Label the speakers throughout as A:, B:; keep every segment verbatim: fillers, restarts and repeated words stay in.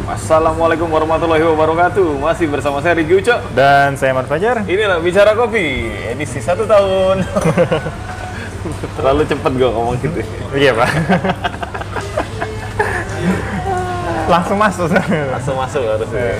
A: Assalamualaikum warahmatullahi wabarakatuh. Masih bersama saya Rigi Uco
B: dan saya Mat Fajar.
A: Inilah Bicara Kopi edisi satu tahun. Terlalu cepat gue ngomong gitu.
B: Iya Pak. Langsung masuk.
A: Langsung masuk harusnya.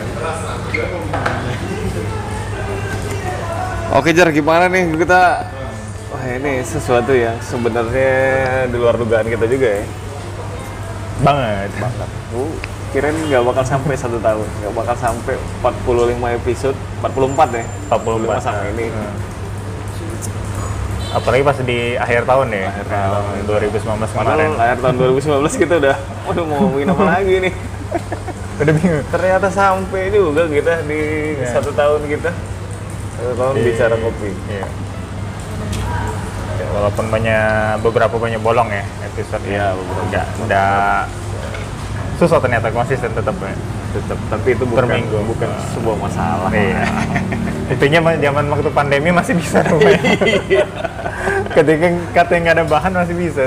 A: Oke Jar, gimana nih kita? Wah ini sesuatu yang sebenarnya di luar dugaan kita juga ya.
B: Banget.
A: Banget. Uh, kirain nggak bakal sampai satu tahun, nggak bakal sampai empat puluh lima episode, empat puluh empat ya.
B: empat puluh empat
A: sampai ini.
B: Hmm. Apalagi pas di akhir tahun ya.
A: Akhir tahun
B: dua ribu sembilan belas
A: Padahal
B: kemarin.
A: akhir tahun dua ribu sembilan belas kita udah, waduh mau ngomongin apa lagi nih.
B: Udah bingung.
A: Ternyata sampai juga kita di
B: Ya.
A: satu tahun kita. Satu tahun
B: Di-
A: bicara kopi.
B: Iya. Ya, walaupun banyak beberapa banyak bolong ya episode
A: Iya, beberapa.
B: Enggak, enggak susah ternyata konsisten tetap ya.
A: Tetap, tapi itu
B: Per
A: bukan
B: minggu.
A: bukan sebuah masalah.
B: Iya. Intinya mah zaman waktu pandemi masih bisa namanya. Ketika katanya nggak ada bahan masih bisa.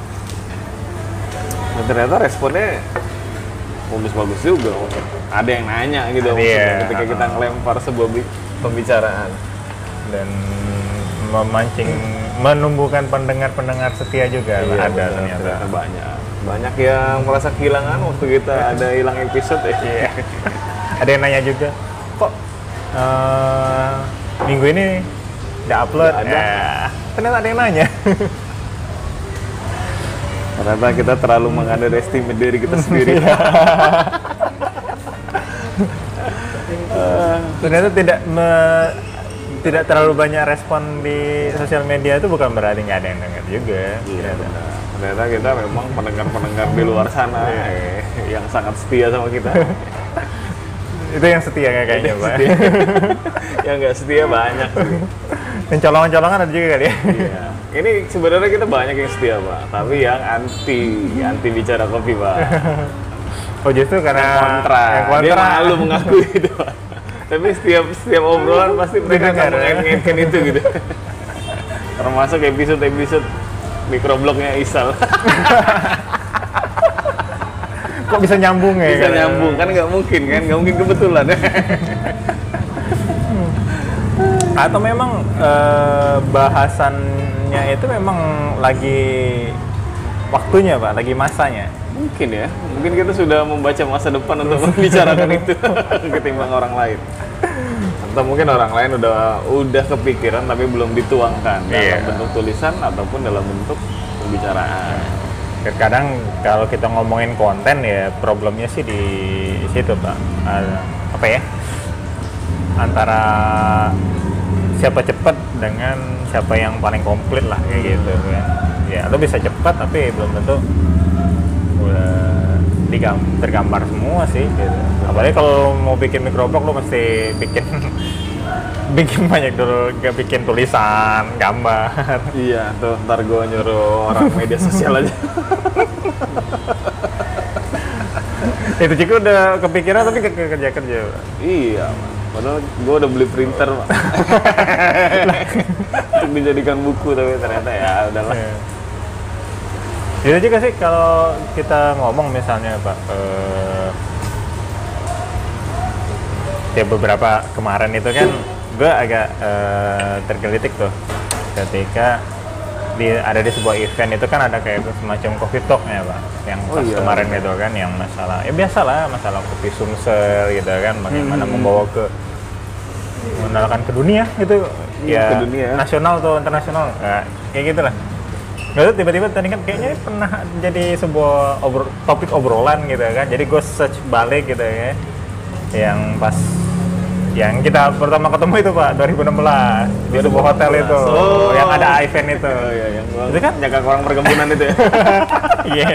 A: Dan ternyata responnya bagus-bagus juga. Ada yang nanya gitu
B: Iya.
A: maksudnya ketika kita ngelempar sebuah bi- pembicaraan.
B: Dan memancing menumbuhkan pendengar-pendengar setia juga
A: Iya,
B: ada
A: benar,
B: ternyata.
A: ternyata banyak. Banyak yang merasa kehilangan waktu kita ada hilang episode ya.
B: Iya. Ada yang nanya juga, kok eh, minggu ini udah upload?
A: Nggak ada.
B: Ya, ternyata ada yang nanya.
A: Ternyata kita terlalu meng-underestimate diri kita sendiri.
B: Ternyata tidak me- tidak terlalu banyak respon di sosial media itu bukan berarti nggak ada yang dengar juga.
A: Iya,
B: Ternyata.
A: benar. Ternyata kita memang pendengar-pendengar di luar sana eh, yang sangat setia sama kita.
B: Itu yang setia ya kayaknya, Pak.
A: Setia. Yang nggak setia banyak sih.
B: Yang colongan-colongan ada juga kali ya.
A: Iya. Ini sebenarnya kita banyak yang setia, Pak. Tapi yang anti, anti bicara kopi, Pak.
B: Oh justru karena
A: Yang kontra.
B: yang
A: Dia
B: kontra.
A: malu mengakui itu, Pak. Tapi setiap setiap obrolan pasti mereka akan
B: Didengar, ya?
A: mengait-ngaitkan itu gitu. Termasuk episode-episode mikroblognya Isal.
B: Kok bisa nyambung ya?
A: Bisa
B: kan?
A: nyambung, kan nggak mungkin kan? Nggak mungkin kebetulan.
B: Atau memang eh, bahasannya itu memang lagi waktunya Pak, lagi masanya.
A: Mungkin ya, mungkin kita sudah membaca masa depan untuk membicarakan itu ketimbang orang lain. Atau mungkin orang lain udah udah kepikiran tapi belum dituangkan
B: Iya.
A: dalam bentuk tulisan ataupun dalam bentuk pembicaraan.
B: Kadang kalau kita ngomongin konten ya problemnya sih di situ Pak. Ada- apa ya? Antara siapa cepat dengan siapa yang paling komplit lah kayak gitu kan. Ya, lo bisa cepat tapi belum tentu udah digam tergambar semua sih gitu. Apalagi kalau mau bikin mikroblog lo mesti bikin bikin banyak dulu, gak bikin tulisan, gambar.
A: Iya, tuh ntar gue nyuruh orang media sosial aja.
B: Itu juga udah kepikiran tapi ke kerja kerja.
A: Iya, Man. Padahal gue udah beli printer, Pak. Untuk dijadikan buku tapi ternyata ya udahlah.
B: Itu juga sih kalau kita ngomong misalnya Pak, eh, ya beberapa kemarin itu kan gue agak eh, tergelitik tuh ketika di ada di sebuah event itu kan ada kayak semacam coffee talk ya Pak, yang
A: Oh
B: pas
A: iya.
B: kemarin itu kan yang masalah ya biasa lah masalah kopi Sumsel gitu kan, bagaimana
A: Hmm.
B: membawa ke mengenalkan ke dunia gitu
A: Iya,
B: ya,
A: ke dunia.
B: nasional atau internasional nah, kayak gitulah. Nggak tahu tiba-tiba tadi kan kayaknya pernah jadi sebuah obro, topik obrolan gitu kan, jadi gue search balik gitu ya yang pas yang kita pertama ketemu itu Pak dua ribu enam belas di sebuah hotel itu
A: Oh.
B: yang ada event itu.
A: Oh iya, yang gua
B: Itu kan?
A: nyakak orang perkebunan itu ya.
B: Iya.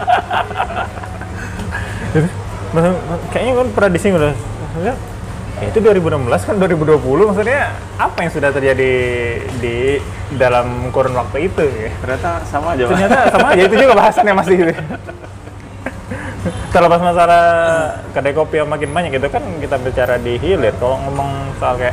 B: Maksud- kayaknya kan pernah disinggung loh. Maksudnya, ya itu dua ribu enam belas kan dua ribu dua puluh maksudnya apa yang sudah terjadi di dalam kurun waktu itu ya?
A: Ternyata sama aja, Pak.
B: Ternyata sama aja itu juga bahasannya masih gitu. Terlepas masalah kedai kopi yang makin banyak gitu kan kita bicara di hilir. Kalau ngomong soal kayak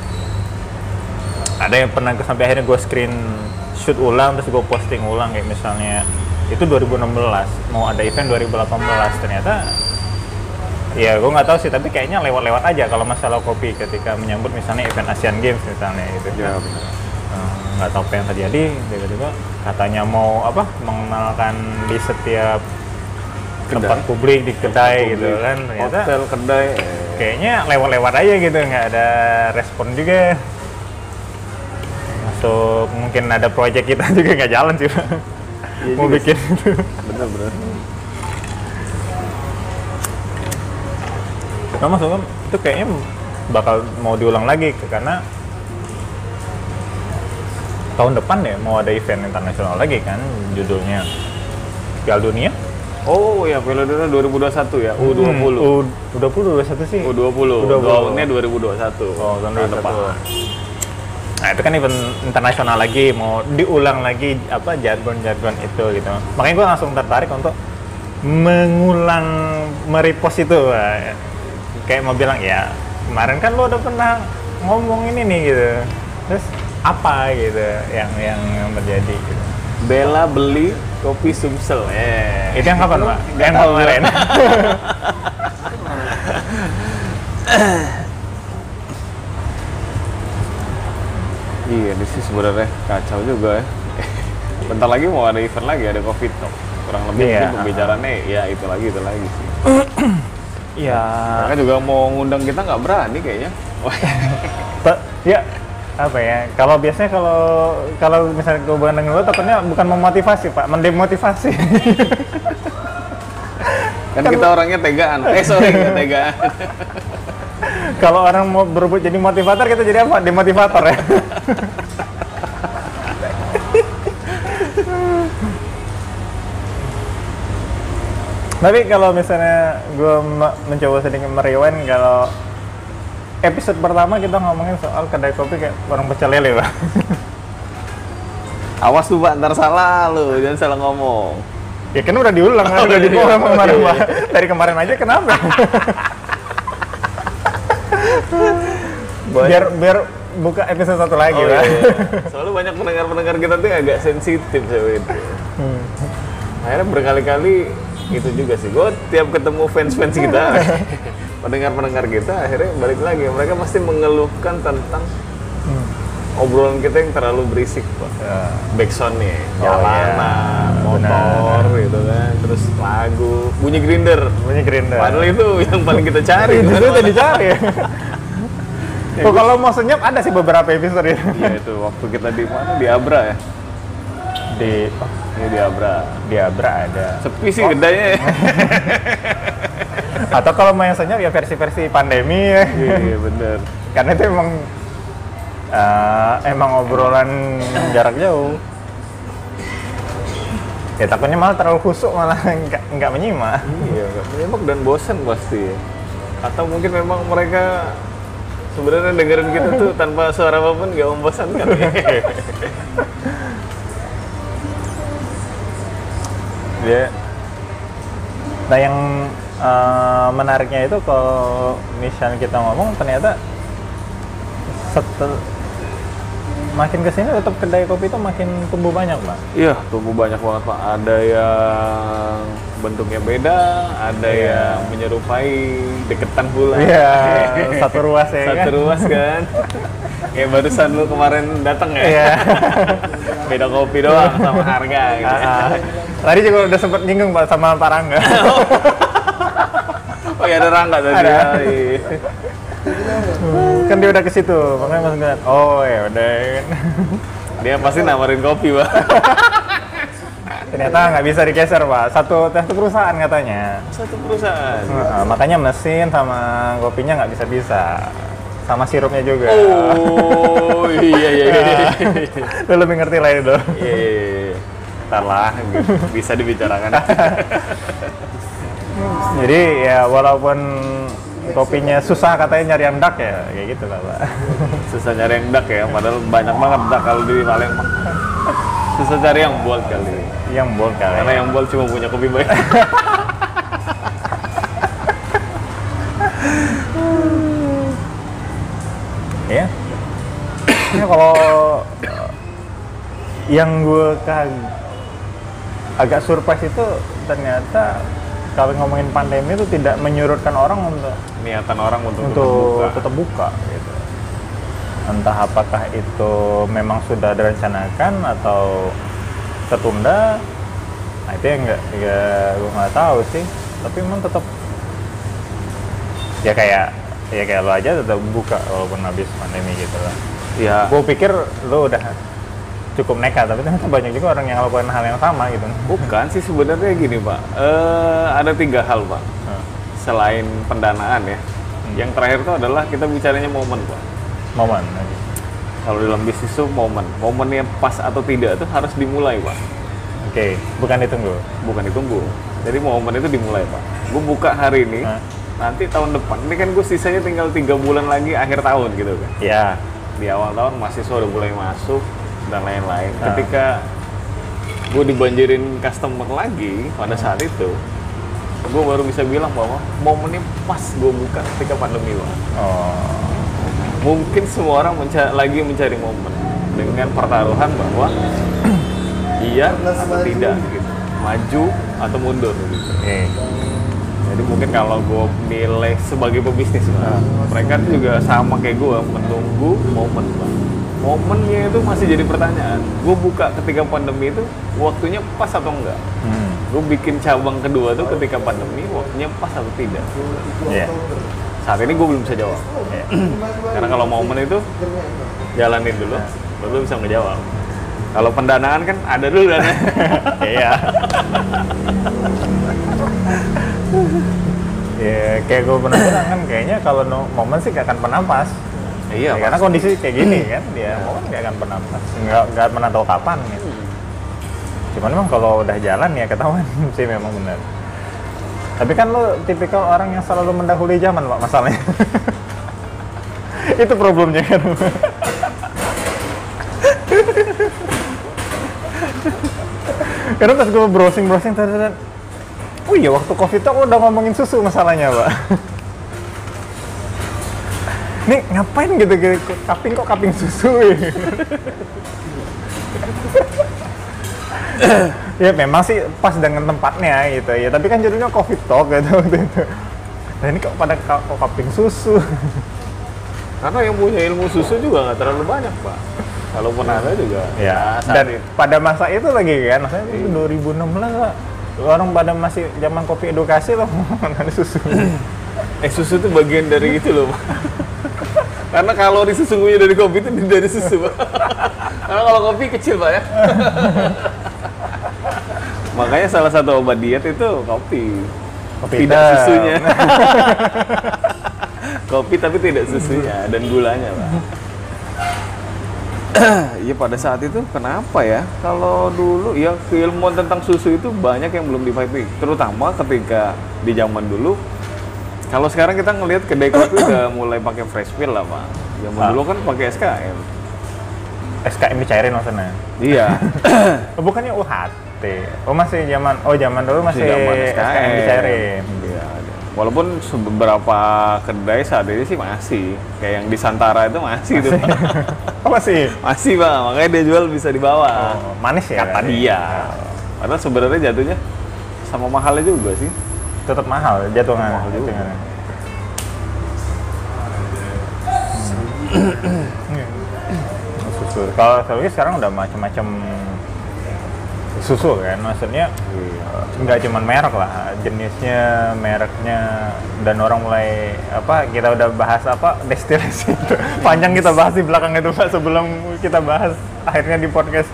B: ada yang pernah sampai akhirnya gue screen shoot ulang terus gue posting ulang kayak misalnya itu dua ribu enam belas mau ada event dua ribu delapan belas ternyata Ya, gue nggak tahu sih, tapi kayaknya lewat-lewat aja kalau masalah kopi ketika menyambut misalnya event Asian Games misalnya gitu.
A: Ya benar.
B: Eh, nggak tahu apa yang terjadi, tiba-tiba katanya mau apa mengenalkan di setiap
A: Kedai.
B: tempat publik di kedai gitu
A: Publik,
B: kan, ternyata
A: hotel, kedai.
B: kayaknya lewat-lewat aja gitu, nggak ada respon juga. Masuk mungkin ada proyek kita juga nggak jalan sih, Pak.
A: Iya
B: Mau
A: juga
B: bikin itu.
A: Bener bener.
B: Nah, maksudnya itu kayaknya bakal mau diulang lagi karena tahun depan ya mau ada event internasional lagi kan, judulnya Piala Dunia.
A: Oh ya, Piala Dunia dua ribu dua puluh satu ya, U dua puluh.
B: U dua puluh, dua puluh satu sih.
A: U dua puluh.
B: U dua puluh.
A: Tahunnya dua ribu dua puluh satu.
B: Oh, tahun
A: Tahun
B: depan.
A: depan.
B: Nah, itu kan event internasional lagi, mau diulang lagi apa jargon-jargon itu gitu. Makanya gue langsung tertarik untuk mengulang merepost itu. Pak. Kayak mau bilang, ya kemarin kan lo udah pernah ngomong ini nih gitu. Terus apa gitu yang yang, yang terjadi gitu.
A: Bella beli kopi Sumsel. Eh.
B: Itu yang kapan, Pak?
A: Nggak
B: Yang
A: tahu.
B: kemarin.
A: Iya, ini sih sebenarnya kacau juga ya. Bentar lagi mau ada event lagi, ada Covid Talk. Kurang lebih
B: Iya.
A: mungkin pembicaraannya ya itu lagi, itu lagi sih.
B: Iya.
A: Mereka juga mau ngundang kita nggak berani kayaknya. Wah,
B: Pak, ya apa ya? Kalau biasanya kalau kalau misalnya gue dengan lo takutnya bukan memotivasi, Pak, mendemotivasi.
A: kan kita orangnya tegaan. Eh sorry, nggak tegaan.
B: Kalau orang mau berubah jadi motivator, kita jadi apa? Demotivator ya. Tapi kalau misalnya gue mencoba sedikit merewind, kalau episode pertama kita ngomongin soal kedai kopi kayak orang pecel lele, Pak.
A: Awas tuh Pak, ntar salah lu, jangan salah ngomong.
B: Ya kan udah diulang, kan?
A: Oh,
B: Udah
A: iya,
B: diulang
A: iya.
B: kemarin,
A: Iya,
B: Pak. Dari kemarin aja kenapa? biar biar buka episode satu lagi,
A: Oh,
B: Pak.
A: iya, iya. Soalnya banyak pendengar-pendengar kita tuh agak sensitif saya itu.
B: Hmm.
A: Akhirnya berkali-kali itu juga sih. Gue tiap ketemu fans-fans kita, pendengar-pendengar kita, akhirnya balik lagi. Mereka pasti mengeluhkan tentang
B: Hmm.
A: obrolan kita yang terlalu berisik, Pak.
B: Ya.
A: Backsound nih,
B: Oh,
A: jalanan,
B: iya.
A: motor,
B: Benar.
A: gitu kan. Terus lagu, bunyi grinder.
B: Bunyi grinder.
A: Padahal itu yang paling kita cari.
B: Itu
A: bukan
B: udah
A: mana.
B: dicari. Oh, kalau mau senyap ada sih beberapa episode ya.
A: Iya itu waktu kita di mana? Di Abra ya.
B: Di
A: Ini di Abra.
B: di Abra ada.
A: Sepi sih gedanya ya.
B: Atau kalau mau yang senyap ya versi-versi pandemi ya.
A: Iya bener.
B: Karena itu emang eh, emang obrolan jarak jauh. Ya takutnya malah terlalu khusuk, malah nggak nggak menyimak.
A: Iya, nggak menyimak dan bosan pasti. Atau mungkin memang mereka sebenarnya dengerin kita tuh tanpa suara apapun nggak membosankan.
B: Dia. Nah yang eh, menariknya itu kalau misalnya kita ngomong ternyata setel makin kesini tetap kedai kopi itu makin tumbuh banyak, Pak.
A: Iya, tumbuh banyak banget Pak. Ada yang bentuknya beda, ada
B: Iya.
A: yang menyerupai deketan pula.
B: Iya, satu ruas ya
A: Satu
B: kan.
A: ruas kan. Kayak barusan lu kemarin datang ya.
B: Iya.
A: Beda kopi doang sama harga gitu.
B: Ah, ah. Tadi juga udah sempet nyinggung, Pak, sama Pak Rangga.
A: Oh ya ada Rangga tadi.
B: Ada.
A: Ya, iya.
B: Kan dia udah ke situ, makanya Mas ngeliat, oh ya udah.
A: Dia pasti nawarin kopi, Pak.
B: Ternyata nggak bisa digeser, Pak. Satu satu perusahaan katanya.
A: Satu perusahaan.
B: Nah, makanya mesin sama kopinya nggak bisa-bisa. Sama sirupnya juga.
A: Oh, iya iya iya.
B: Lu lebih ngerti lah itu.
A: Iya, iya, iya. Ntar lah, bisa dibicarakan.
B: Jadi ya walaupun kopinya susah katanya nyari yang dark ya, kayak gitu lah, Pak.
A: Susah nyari yang dark ya, padahal banyak banget dark kalau di Palembang. Susah cari yang bold kali.
B: Yang bold kali.
A: Karena yang bold cuma punya kopi banyak.
B: Ya. Ini kalau uh, yang gue kag agak surprise itu ternyata kalau ngomongin pandemi itu tidak menyurutkan orang untuk
A: Niatan orang untuk,
B: untuk
A: tetap buka.
B: tetap buka gitu. Entah apakah itu memang sudah direncanakan atau tertunda, nah itu yang nggak, ya gue nggak tahu sih. Tapi memang tetap ya kayak ya kayak lo aja tetap buka walaupun habis pandemi gitu lah.
A: Ya,
B: Gue pikir lo udah cukup nekat, tapi ternyata banyak juga orang yang melakukan hal yang sama gitu.
A: bukan sih sebenarnya gini Pak. Eh, ada tiga hal Pak.
B: Nah,
A: Selain pendanaan ya. Yang terakhir itu adalah kita bicaranya momen Pak.
B: momen aja.
A: Kalau dalam bisnis itu momen. Momennya pas atau tidak itu harus dimulai Pak.
B: Oke, bukan ditunggu.
A: Bukan ditunggu. Jadi momen itu dimulai Pak. Gue buka hari ini,
B: Hah?
A: nanti tahun depan. Ini kan gue sisanya tinggal tiga bulan lagi akhir tahun gitu kan.
B: Ya,
A: Di awal tahun mahasiswa udah mulai masuk dan lain-lain.
B: Ah.
A: Ketika gue dibanjirin customer lagi pada saat itu, gue baru bisa bilang bahwa momennya pas gue buka ketika pandemi Pak.
B: oh,
A: Mungkin semua orang menca- lagi mencari momen dengan pertaruhan bahwa iya atau tidak gitu, maju atau mundur gitu.
B: oke.
A: Jadi mungkin kalau gue nilai sebagai pebisnis Pak, mereka tuh juga sama kayak gue menunggu momen Pak. Momennya itu masih jadi pertanyaan. Gue buka ketika pandemi itu waktunya pas atau enggak?
B: Hmm.
A: Gue bikin cabang kedua tuh ketika pandemi waktunya pas atau tidak?
B: Iya.
A: Saat ini gue belum bisa jawab.
B: Iya.
A: Karena kalau momen itu jalanin dulu, baru bisa ngejawab. Kalau pendanaan kan ada dulu dana.
B: Iya. Ya, kayak gue pernah bilang kan, kayaknya kalau no, momen sih gak akan pernah pas.
A: Iya,
B: Ya, karena
A: pasti.
B: kondisi kayak gini kan, dia momen gak akan pernah pas. Nggak, nggak pernah tahu kapan gitu. Cuman memang kalau udah jalan ya ketahuan sih memang benar. Tapi kan lo tipikal orang yang selalu mendahului zaman Pak, masalahnya. Itu problemnya kan. Karena pas gue browsing-browsing tadi, oh iya waktu covid itu aku udah ngomongin susu masalahnya Pak. Nih ngapain gitu, gitu kaping kok kaping susu ya? Ya memang sih pas dengan tempatnya gitu ya, tapi kan jadinya covid talk gitu waktu itu. Nah ini kok pada ka- kok kaping susu.
A: Karena yang punya ilmu susu juga nggak terlalu banyak Pak. Kalaupun ada juga.
B: Ya,
A: saat
B: dan
A: itu.
B: pada masa itu lagi kan, maksudnya itu dua ribu enam belas Pak. Orang pada masih zaman kopi edukasi loh, ada susu.
A: Eh susu itu bagian dari itu loh Pak. Karena kalori sesungguhnya dari kopi itu dari susu Pak. Karena kalau kopi kecil Pak ya. Makanya salah satu obat diet itu kopi.
B: Kopi
A: Tidak
B: hitam.
A: susunya. Kopi tapi tidak susunya dan gulanya Pak. Iya pada saat itu kenapa ya? Kalau dulu ya keilmuan tentang susu itu banyak yang belum dipahami, terutama ketika di zaman dulu. Kalau sekarang kita ngelihat kedai kopi udah mulai pakai fresh fill lah Pak. Zaman
B: Ah.
A: dulu kan pakai S K M.
B: S K M dicairin maksudnya.
A: Iya.
B: Oh, bukannya U H T. Oh masih zaman, oh zaman dulu masih
A: Zaman
B: S K M dicairin.
A: Iya. ada. Walaupun beberapa kedai saat ini sih masih, kayak yang di Santara itu masih tuh.
B: Oh masih.
A: Masih Pak, makanya dia jual bisa di bawah.
B: Oh, manis ya?
A: Kata
B: kali?
A: dia. Padahal sebenarnya jatuhnya sama mahalnya juga sih.
B: Tetap mahal jatuhnya.
A: Mahal juga.
B: jatuhnya. Susu. Kalau saya sekarang udah macam-macam susu kan, maksudnya nggak cuma merek lah, jenisnya, mereknya, dan orang mulai apa, kita udah bahas apa destilasi itu panjang kita bahas di belakang itu Pak sebelum kita bahas akhirnya di podcast.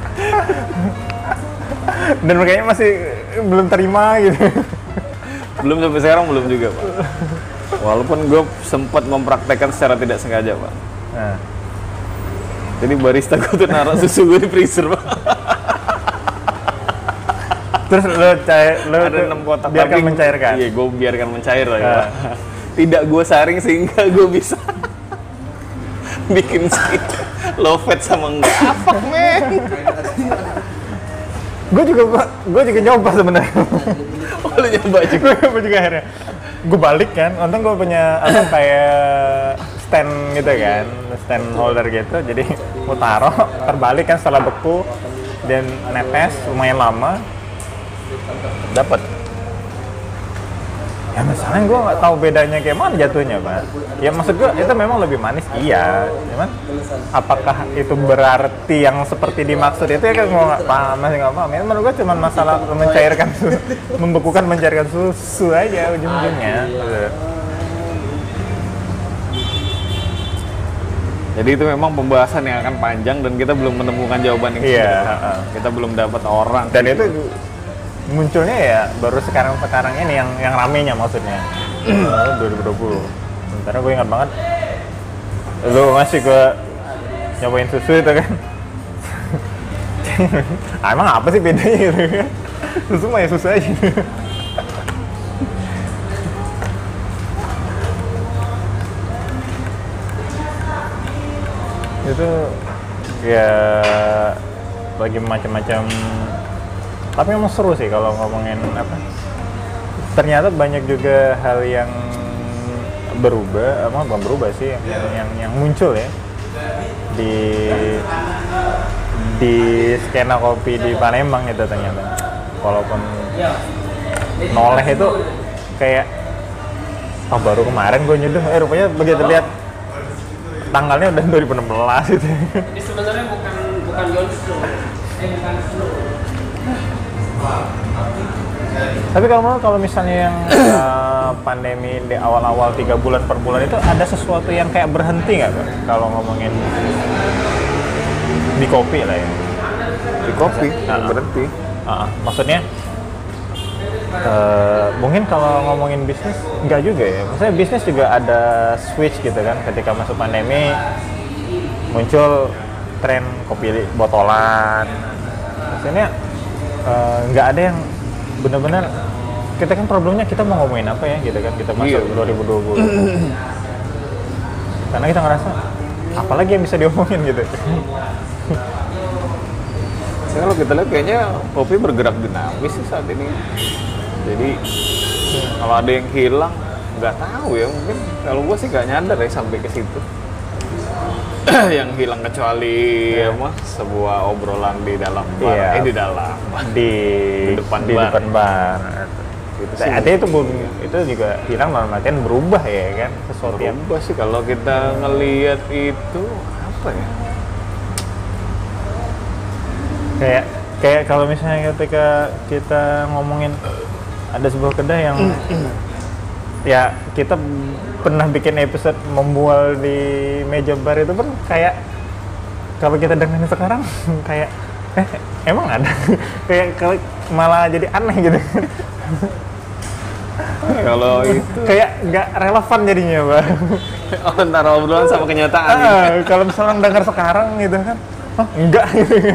B: Dan kayaknya masih belum terima gitu.
A: Belum sampai sekarang belum juga Pak. Walaupun gue sempat mempraktekkan secara tidak sengaja Pak.
B: Nah,
A: Jadi barista gue tuh naruh susu gue di freezer Pak.
B: terus lo cair, lo
A: Ada
B: tuh
A: enam kotak.
B: biarkan
A: tapi-
B: mencairkan.
A: Iya, gue biarkan mencair lah ya
B: Ah.
A: Pak. Tidak gue saring sehingga gue bisa bikin sih low fat sama enggak. Apa men?
B: Gue juga, gue juga nyoba sebenarnya.
A: Oh, lu nyoba juga.
B: Gue nyoba juga akhirnya. Gue balik kan, untung gue punya apa kayak stand gitu kan, stand holder gitu. Jadi mau taruh, terbalik kan setelah beku dan netes lumayan lama, dapat. Ya masalahnya gue nggak tahu bedanya kayak mana jatuhnya, Pak. Ya maksud gue itu memang lebih manis, iya. Cuman apakah itu berarti yang seperti dimaksud itu ya kan gue nggak paham, masih nggak paham. Ya menurut gue cuma masalah mencairkan susu, membekukan mencairkan susu aja ujung-ujungnya.
A: Jadi itu memang pembahasan yang akan panjang dan kita belum menemukan jawaban yang
B: Iya.
A: sebenarnya. Kita belum dapat orang.
B: Dan itu munculnya ya baru sekarang-sekarang ini yang yang ramenya maksudnya. dua ribu dua puluh. Sementara gue ingat banget lu ngasih gue nyobain susu itu kan. Ah, emang apa sih bedanya gitu kan? Susu mah ya susu aja. Itu ya lagi macam-macam, tapi emang seru sih kalau ngomongin apa, ternyata banyak juga hal yang berubah, emang bukan berubah sih, yang, yang yang muncul ya di di skena kopi di Palembang itu ternyata. Walaupun noleh itu kayak oh baru kemarin gue nyeduh, eh rupanya begitu lihat tanggalnya udah dua ribu enam belas gitu.
C: Jadi sebenarnya bukan bukan Johnson, eh bukan Snow.
B: Tapi kalau kalau misalnya yang uh, pandemi di awal-awal tiga bulan per bulan itu ada sesuatu yang kayak berhenti nggak, Pak? Kalau ngomongin di kopi lah ya.
A: Di kopi
B: Uh-uh.
A: berhenti.
B: Uh-uh. Maksudnya uh, mungkin kalau ngomongin bisnis nggak juga ya. Maksudnya bisnis juga ada switch gitu kan. Ketika masuk pandemi muncul tren kopi botolan. Maksudnya uh, nggak ada yang benar-benar, kita kan problemnya kita mau ngomongin apa ya gitu kan, kita masuk
A: Iya.
B: dua ribu dua puluh. Karena kita ngerasa apalagi yang bisa diomongin gitu.
A: Ya, kalau kita lihat kayaknya kopi bergerak dinamis sih saat ini. Jadi kalau ada yang hilang nggak tahu ya, mungkin kalau gua sih nggak nyadar ya sampai ke situ. Yang hilang kecuali ya mah sebuah obrolan di dalam bar,
B: Iya.
A: eh di dalam
B: di,
A: Di depan
B: di
A: bar.
B: depan bar.
A: Gitu sih.
B: Artinya itu pun itu juga hilang dalam artian berubah ya kan, sesuatu yang
A: Berubah sih kalau kita ngelihat itu apa ya?
B: kayak kayak kalau misalnya ketika kita ngomongin ada sebuah kedai yang ya kita pernah bikin episode membual di meja bar itu pun kayak kalau kita dengerin sekarang kayak eh emang ada kayak kalau malah jadi aneh gitu.
A: Kalau itu
B: Kayak nggak relevan jadinya, Pak.
A: oh, antara obrolan sama kenyataan.
B: Ah, kalau misalnya dengar sekarang gitu kan, oh enggak gitu kan.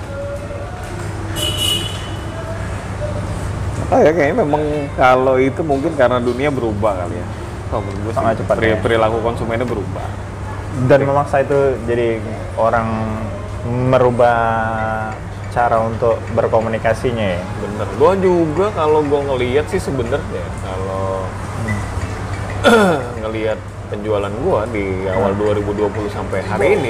A: Oh ya kayaknya memang kalau itu mungkin karena dunia berubah kali ya. Kalau menurut gue sih,
B: Sangat cepat,
A: peri-
B: ya.
A: perilaku konsumennya berubah.
B: Dan memaksa itu jadi orang merubah cara untuk berkomunikasinya ya.
A: Bener. Gue juga kalau gue ngelihat sih sebenarnya kalau ngelihat penjualan gue di awal dua ribu dua puluh sampai hari ini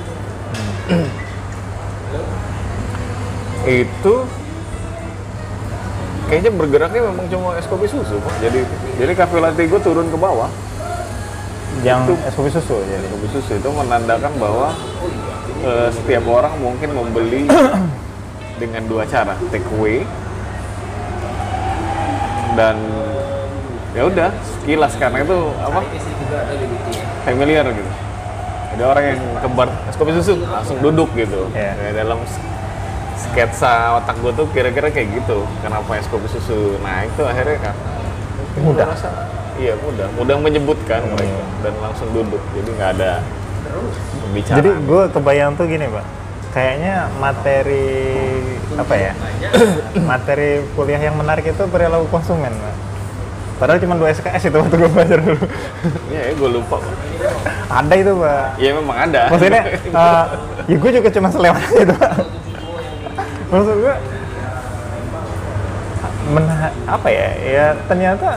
A: itu kayaknya bergeraknya memang cuma es kopi susu Pak. Jadi jadi cafe latte gue turun ke bawah.
B: Yang
A: Itu-
B: es kopi susu ya.
A: Es kopi susu itu menandakan bahwa eh, setiap orang mungkin membeli dengan dua cara, take away dan ya udah sekilas karena itu apa familiar gitu. Ada orang yang ke bar es kopi susu langsung duduk gitu.
B: Iya.
A: Ya, dalam sketsa otak gue tuh kira-kira kayak gitu. Kenapa es kopi susu naik tuh akhirnya kan
B: Mudah.
A: rasa iya mudah mudah menyebutkan
B: Hmm.
A: mereka dan langsung duduk jadi nggak ada pembicaraan.
B: Jadi gue kebayang tuh gini, Pak. Kayaknya materi apa ya? Materi kuliah yang menarik itu perilaku konsumen, Pak. Padahal cuma dua S K S itu waktu gue belajar dulu.
A: Iya, ya, gue lupa. Pak.
B: Ada itu, Pak.
A: Iya memang ada.
B: Maksudnya, uh, ya gue juga cuma selewat aja itu, Pak. Maksud gue, mena- apa ya? Ya ternyata,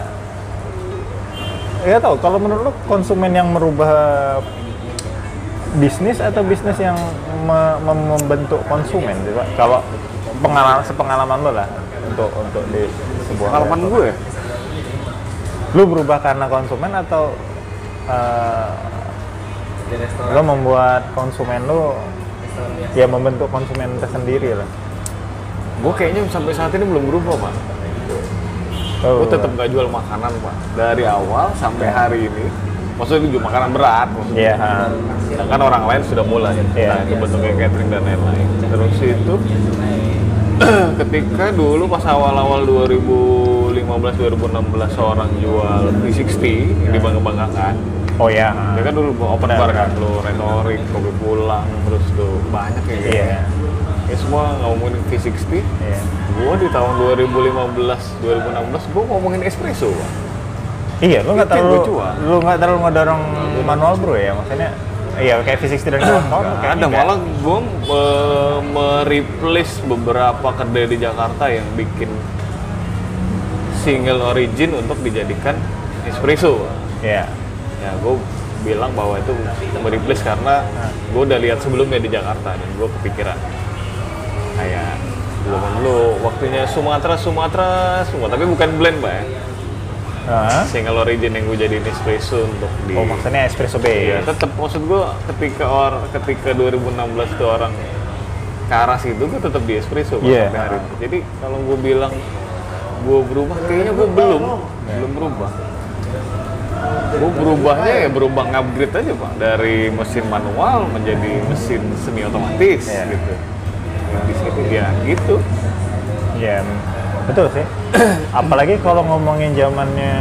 B: ya tahu. Kalau menurut lo konsumen yang merubah bisnis atau bisnis yang me- mem- membentuk konsumen, sih, Pak? Kalau pengalaman sepengalaman lo lah untuk untuk di sebuah
A: Pengalaman gue,
B: Lu berubah karena konsumen atau uh,
C: Di restoran.
B: lo membuat konsumen lo
C: Restoran biasa.
B: ya membentuk konsumen tersendiri lah.
A: Gue kayaknya sampai saat ini belum berubah pak.
B: Oh,
A: Gue tetap nggak jual makanan pak. Dari awal sampai hari ini. Maksudnya gue jual makanan berat. Maksudnya.
B: Iya. ha.
A: Sedangkan orang lain sudah mulai.
B: Iya.
A: Nah, itu bentuknya catering dan lain-lain. Terus itu ketika dulu pas awal-awal dua ribu lima belas dua ribu enam belas seorang jual V enam puluh yang dibangga-banggakan.
B: Oh ya. ha.
A: Dia kan dulu open
B: Benar.
A: bar kan, lu retorik, kopi pulang, terus tuh banyak ya. gitu.
B: Iya.
A: Ya semua ngomongin V enam puluh.
B: Iya.
A: Gua di tahun dua ribu lima belas dua ribu enam belas gua ngomongin espresso, Pak.
B: Iya, lu nggak
A: Itu yang
B: terlalu
A: gua jual.
B: lu nggak terlalu ngedorong manual brew ya, maksudnya iya kayak V enam puluh dan kawan-kawan
A: Nggak
B: kayaknya
A: ada,
B: nggak.
A: malah gua me- mereplace beberapa kedai di Jakarta yang bikin single origin untuk dijadikan espresso. Pak.
B: Iya.
A: Ya, gue bilang bahwa itu mereplace karena gue udah lihat sebelumnya di Jakarta dan gue kepikiran kayak belum dulu waktunya Sumatera Sumatera semua tapi bukan blend mbak ya
B: Hah?
A: single origin yang gue jadiin espresso untuk di
B: Oh, maksudnya espresso
A: ya
B: base.
A: tetap maksud gue ketika or ketika dua ribu enam belas itu orang ke arah situ gue tetap di espresso Pak,
B: Iya.
A: sampai hari ini. Jadi kalau gue bilang gue berubah kayaknya gue belum belum berubah. Gue berubahnya ya berubah upgrade aja pak dari mesin manual menjadi mesin semi otomatis
B: Iya.
A: gitu. Yang di situ ya gitu.
B: Iya, betul sih. Apalagi kalau ngomongin zamannya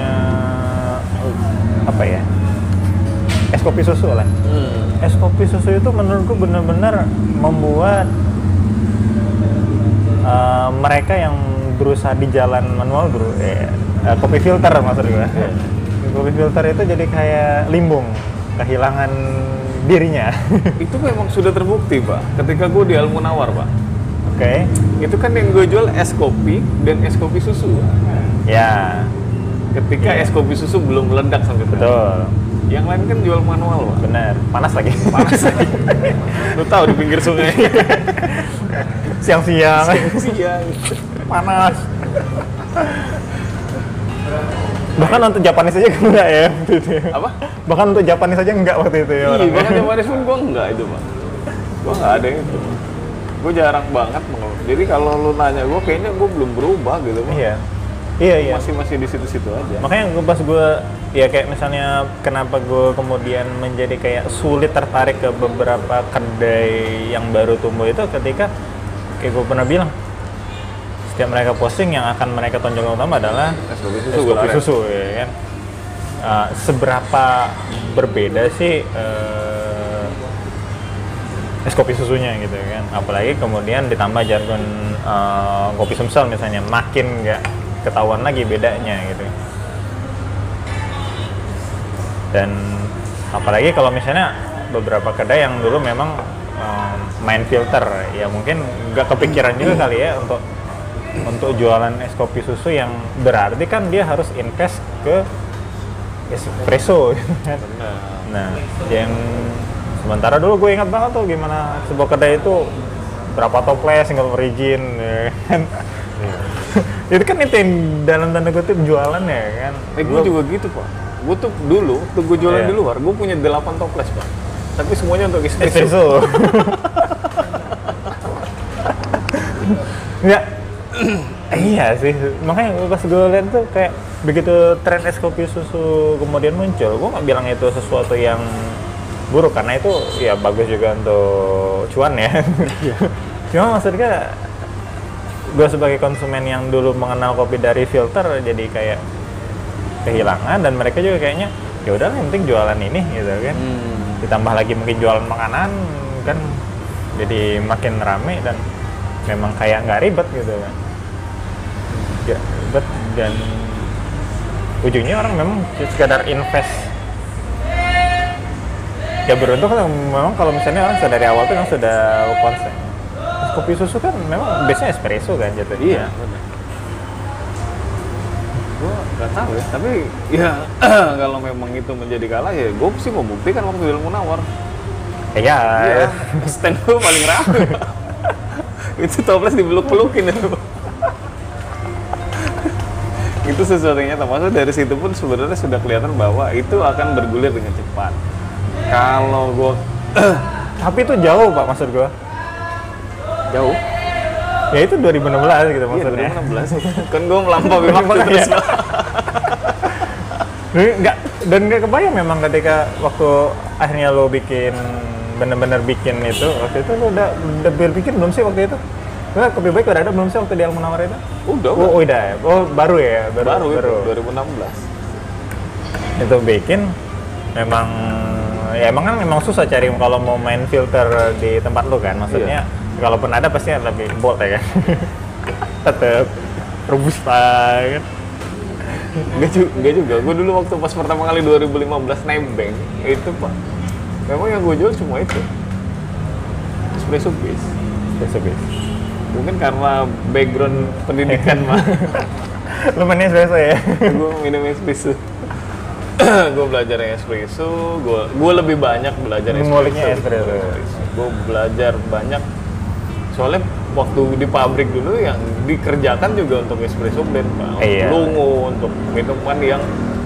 B: apa ya? Es kopi susu lah.
A: Hmm.
B: Es kopi susu itu menurutku benar-benar membuat uh, mereka yang berusaha di jalan manual bro, eh, uh, kopi filter maksud gue. Kopi filter itu jadi kayak limbung, kehilangan dirinya.
A: Itu memang sudah terbukti pak. Ketika gue di Al Munawar pak,
B: Oke,
A: itu kan yang gue jual es kopi dan es kopi susu.
B: ya
A: Ketika
B: Iya.
A: es kopi susu belum meledak sampai sekarang.
B: betul,
A: Yang lain kan jual manual pak.
B: benar. Panas lagi.
A: Panas lagi. Lu tahu di pinggir sungai.
B: Siang-siang,
A: Siang.
B: panas. Bahkan untuk Japanese aja enggak ya waktu itu.
A: Apa?
B: Bahkan untuk Japanese aja enggak waktu itu ya
A: Iya,
B: orangnya.
A: bahkan Japanese pun gue enggak itu pak. Gue nggak ada yang itu. Gue jarang banget mengeluh. Jadi kalau lu nanya gue, kayaknya gue belum berubah gitu pak.
B: Iya. Iya, iya.
A: Masih masih di situ-situ aja.
B: Makanya gue pas gue ya kayak misalnya kenapa gue kemudian menjadi kayak sulit tertarik ke beberapa kedai yang baru tumbuh itu ketika kayak gue pernah bilang setiap mereka posting yang akan mereka tonjolkan utama adalah
A: Es kopi
B: es
A: susu.
B: kopi
A: gua
B: susu ya kan. Uh, seberapa berbeda sih uh, es kopi susunya gitu kan, apalagi kemudian ditambah jargon uh, kopi sumsel misalnya makin nggak ketahuan lagi bedanya gitu. Dan apalagi kalau misalnya beberapa kedai yang dulu memang um, main filter ya mungkin nggak kepikiran juga kali ya untuk untuk jualan es kopi susu yang berarti kan dia harus invest ke espresso gitu kan.
A: Benar.
B: Nah, yang sementara dulu gue ingat banget tuh gimana sebuah kedai itu berapa toples single origin ya kan. Itu kan itu yang dalam tanda kutip jualan ya kan.
A: Eh gue
B: Lu-
A: juga gitu pak. Gue tuh dulu, tuh gue jualan
B: Iya.
A: di luar, gue punya delapan toples pak. Tapi semuanya untuk espresso.
B: espresso. Enggak. Iya sih, makanya pas gue lihat tuh kayak begitu tren es kopi susu kemudian muncul, gue nggak bilang itu sesuatu yang buruk karena itu ya bagus juga untuk cuan ya. Cuma maksudnya gue sebagai konsumen yang dulu mengenal kopi dari filter jadi kayak kehilangan dan mereka juga kayaknya ya udah yang penting jualan ini gitu kan.
A: Hmm.
B: Ditambah lagi mungkin jualan makanan kan jadi makin rame dan memang kayak nggak ribet gitu kan. Nggak ribet dan ujungnya orang memang sekadar invest. Ya beruntung kan memang kalau misalnya orang sudah dari awal tuh yang sudah konsep. Kopi susu kan memang biasanya espresso kan jatuhnya.
A: Iya. Gue nggak tahu ya. Tapi ya kalau memang itu menjadi kalah ya, gue sih mau buktikan waktu di Al Munawar.
B: Iya.
A: Iya. Stand gue paling rame. Itu toples dipeluk-pelukin itu. Itu sesuatu yang nyata. Maksudnya dari situ pun sebenarnya sudah kelihatan bahwa itu akan bergulir dengan cepat. Kalau gue
B: Tapi itu jauh Pak maksud gua.
A: jauh,
B: Ya itu dua ribu enam belas gitu
A: iya,
B: maksudnya.
A: dua ribu enam belas kan gue melampaui waktu
B: Iya.
A: terus.
B: Nggak, dan nggak kebayang memang ketika waktu akhirnya lo bikin bener-bener bikin itu waktu itu lo udah udah berpikir belum sih waktu itu? Lo kopi baik udah ada belum sih waktu di Al Munawar itu?
A: Udah,
B: Oh, oh, udah ya? Oh baru ya?
A: baru, itu dua ribu enam belas.
B: Itu bikin memang ya emang kan memang susah cari kalau mau main filter di tempat lo kan maksudnya kalaupun ada pasti lebih bold ya kan. Tetep robusta kan.
A: Enggak juga, enggak juga. Gue dulu waktu pas pertama kali dua ribu lima belas nembeng itu Pak, memang yang gue jual cuma itu, espresso base.
B: Espresso base.
A: Mungkin karena background pendidikan mah,
B: Lo mainnya espresso ya?
A: gue minum espresso. Gue belajar yang espresso, gue gue lebih banyak belajar
B: Menguliknya
A: espresso.
B: espresso.
A: Gue belajar banyak, soalnya waktu di pabrik dulu yang dikerjakan juga untuk espresso blend Pak. Untuk
B: Iya.
A: lungo, untuk minuman yang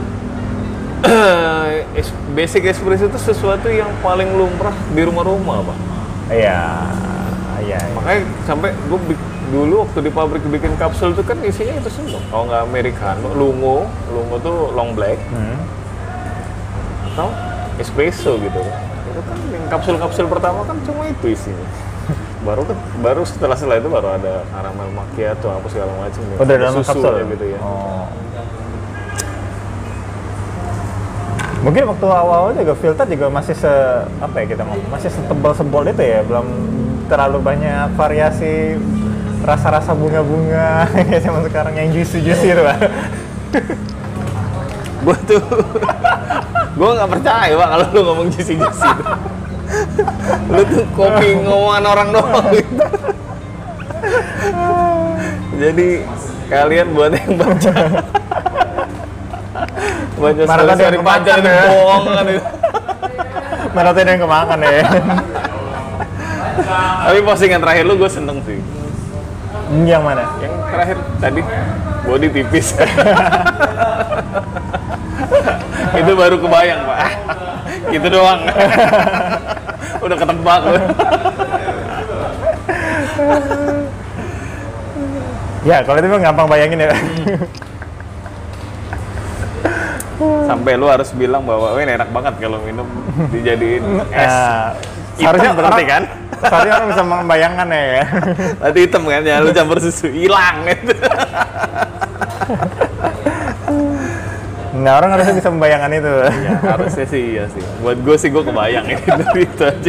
A: es- basic espresso itu sesuatu yang paling lumrah di rumah-rumah Pak.
B: Iya. Iya. iya.
A: Makanya sampai gue bik- dulu waktu di pabrik bikin kapsul itu kan isinya itu semua. Kalau nggak americano, lungo, lungo tuh long black
B: Hmm.
A: atau espresso gitu. Itu kan yang kapsul-kapsul pertama kan cuma itu isinya. baru ke, baru setelah setelah itu baru ada caramel macchiato apa segala macam.
B: Oh, dari dalam
A: Susu
B: kapsul
A: ya gitu ya.
B: Oh. Mungkin waktu awal juga filter juga masih se apa ya kita ngomong masih setebal sebol itu ya, belum terlalu banyak variasi rasa-rasa bunga-bunga kayak zaman sekarang yang juicy-juicy itu Pak.
A: Gue tuh, gue nggak percaya Pak kalau lu ngomong juicy-juicy itu. Lu tuh kopi ngomongan orang doang gitu. Jadi kalian buat yang baca baca
B: Mana tadi
A: story
B: yang
A: baca
B: kemakan
A: itu
B: ya?
A: bohong kan itu.
B: Mana tadi yang kemakan ya?
A: Tapi postingan terakhir lu gue seneng sih.
B: Yang mana?
A: Yang terakhir tadi body tipis. Itu baru kebayang Pak. Gitu doang. Udah ketebak.
B: Ya kalau itu mah gampang bayangin ya.
A: Sampai lu harus bilang bahwa ini enak banget kalau minum dijadiin es.
B: Nah,
A: Hitam
B: harusnya
A: berarti
B: orang-
A: kan?
B: Seharusnya orang bisa membayangkan ya.
A: Nanti hitam kan ya, lu campur susu hilang gitu.
B: Nah orang harusnya bisa membayangkan itu.
A: Ya, harusnya sih iya sih. Buat gue sih gue kebayang itu itu aja.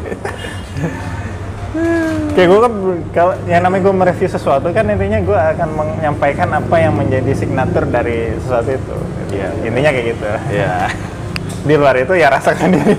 B: Kayak gue kan kalau yang namanya gue mereview sesuatu kan intinya gue akan menyampaikan apa yang menjadi signatur dari sesuatu itu.
A: Iya.
B: Intinya kayak gitu.
A: Ya.
B: Di luar itu ya rasakan sendiri.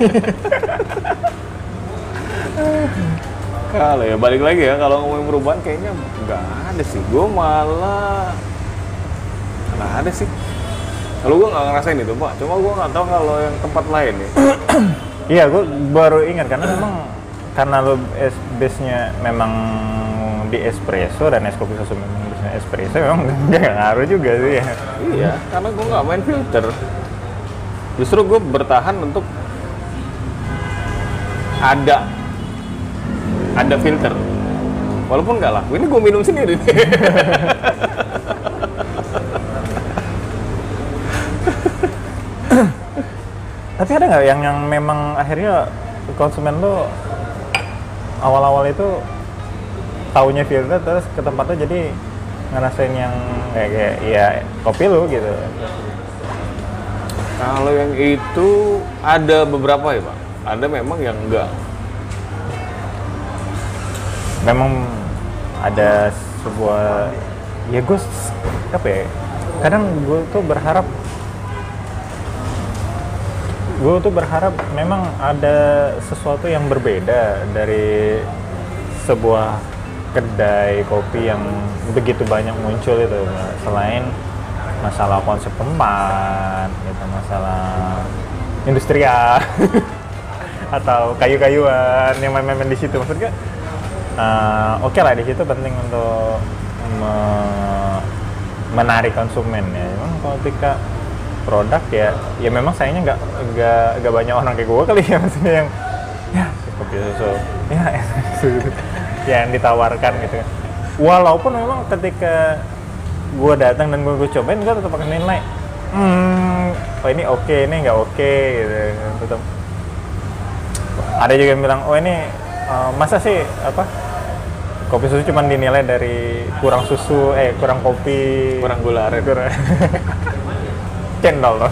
A: Kalau ya balik lagi ya kalau ngomongin perubahan kayaknya nggak ada sih. Gue malah nggak ada sih. Kalau gue nggak ngerasain itu Pak. Cuma gue nggak tahu kalau yang tempat lain nih.
B: Iya, gue baru ingat karena memang karena lo es base-nya memang di espresso dan es kopi susu memang base-nya espresso memang nggak ngaruh juga sih ya.
A: Iya, karena gue nggak main filter. Justru gue bertahan untuk ada ada filter. Walaupun nggak laku, ini gue minum sendiri nih.
B: Tapi ada nggak yang yang memang akhirnya konsumen lo awal-awal itu taunya filter terus ke tempat lo jadi ngerasain yang kayak, kayak ya kopi lo gitu.
A: Kalau yang itu ada beberapa ya Pak. Ada memang yang enggak.
B: Memang ada sebuah ya gue apa ya kadang gue tuh berharap gue tuh berharap memang ada sesuatu yang berbeda dari sebuah kedai kopi yang begitu banyak muncul itu selain masalah konsep tempat gitu masalah industrial atau kayu-kayuan yang main-main di situ maksudnya uh, oke okay lah di situ penting untuk me- menarik konsumen ya. Memang kalau ketika produk ya, ya memang sayangnya nggak nggak nggak banyak orang kayak gue kali ya, maksudnya yang ya kopi susu, ya yang ditawarkan gitu kan. Walaupun memang ketika gue datang dan gue, gue cobain, gue tetap akan nilai, hmm, oh ini oke, okay, ini nggak oke, okay, gitu. Tetap. Ada juga yang bilang, oh ini uh, masa sih apa? Kopi susu cuma dinilai dari kurang susu, eh kurang kopi,
A: kurang gula aren.
B: Kurang cendol loh.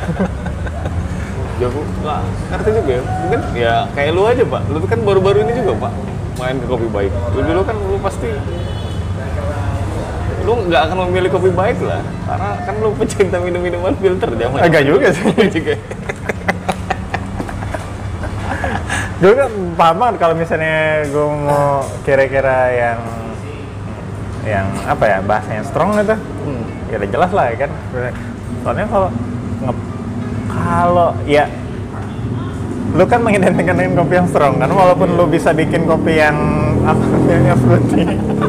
A: Ya, nggak ngerti juga ya. Mungkin ya kayak lu aja, Pak. Lu tuh kan baru-baru ini juga, Pak, main ke Kopi Baik. Lu dulu kan lu pasti lu nggak akan memilih Kopi Baik lah, karena kan lu pecinta minum-minuman filter zaman.
B: Agak juga sih.
A: juga.
B: Gue kan paham banget kalau misalnya gue mau kira-kira yang yang apa ya, bahasanya strong gitu, hmm. ya udah jelas lah ya kan. Soalnya kalau nge- kalau ya lu kan mengidentikan dengan kopi yang strong kan, walaupun lu bisa bikin kopi yang apa yang fruity.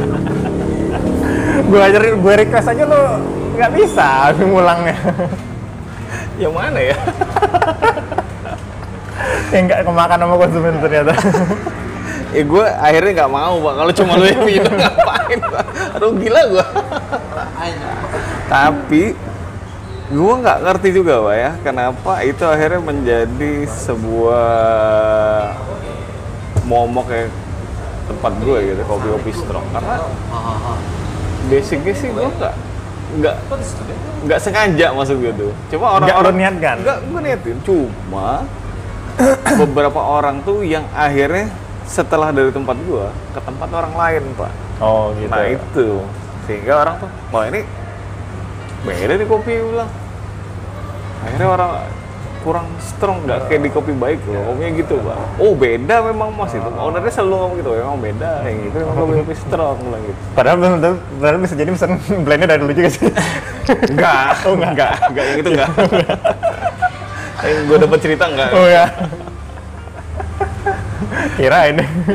B: Gue ajarin, gue request aja lu nggak bisa ngulangnya.
A: Yang mana ya?
B: Yang nggak kemakan sama konsumen ternyata.
A: Eh gue akhirnya nggak mau, Pak, kalau cuma lu yang minum. Ngapain, Pak? Aduh gila gue. Tapi gue nggak ngerti juga, Pak, ya kenapa itu akhirnya menjadi sebuah momok kayak tempat gue gitu, kopi-kopi strong. Karena basicnya sih gue nggak nggak nggak sengaja masuk gitu. Cuma orang-orang
B: niatkan.
A: Nggak, gue niatin. Cuma beberapa orang tuh yang akhirnya setelah dari tempat gua ke tempat orang lain, Pak.
B: Oh gitu.
A: Nah itu sehingga orang tuh, wah ini beda nih kopi, ulang. Akhirnya orang kurang strong, nggak kayak di Kopi Baik loh, kopinya gitu, Pak. Oh beda memang Mas itu. Ownernya selalu ngomong gitu, memang beda kayak gitu, memang kopi kopi strong bilang gitu.
B: Padahal belum tentu, padahal bisa jadi pesan blendnya dari dulu juga sih.
A: Enggak, oh enggak, enggak, enggak yang itu enggak. Yang gue dapat cerita enggak.
B: Oh ya. Kirain.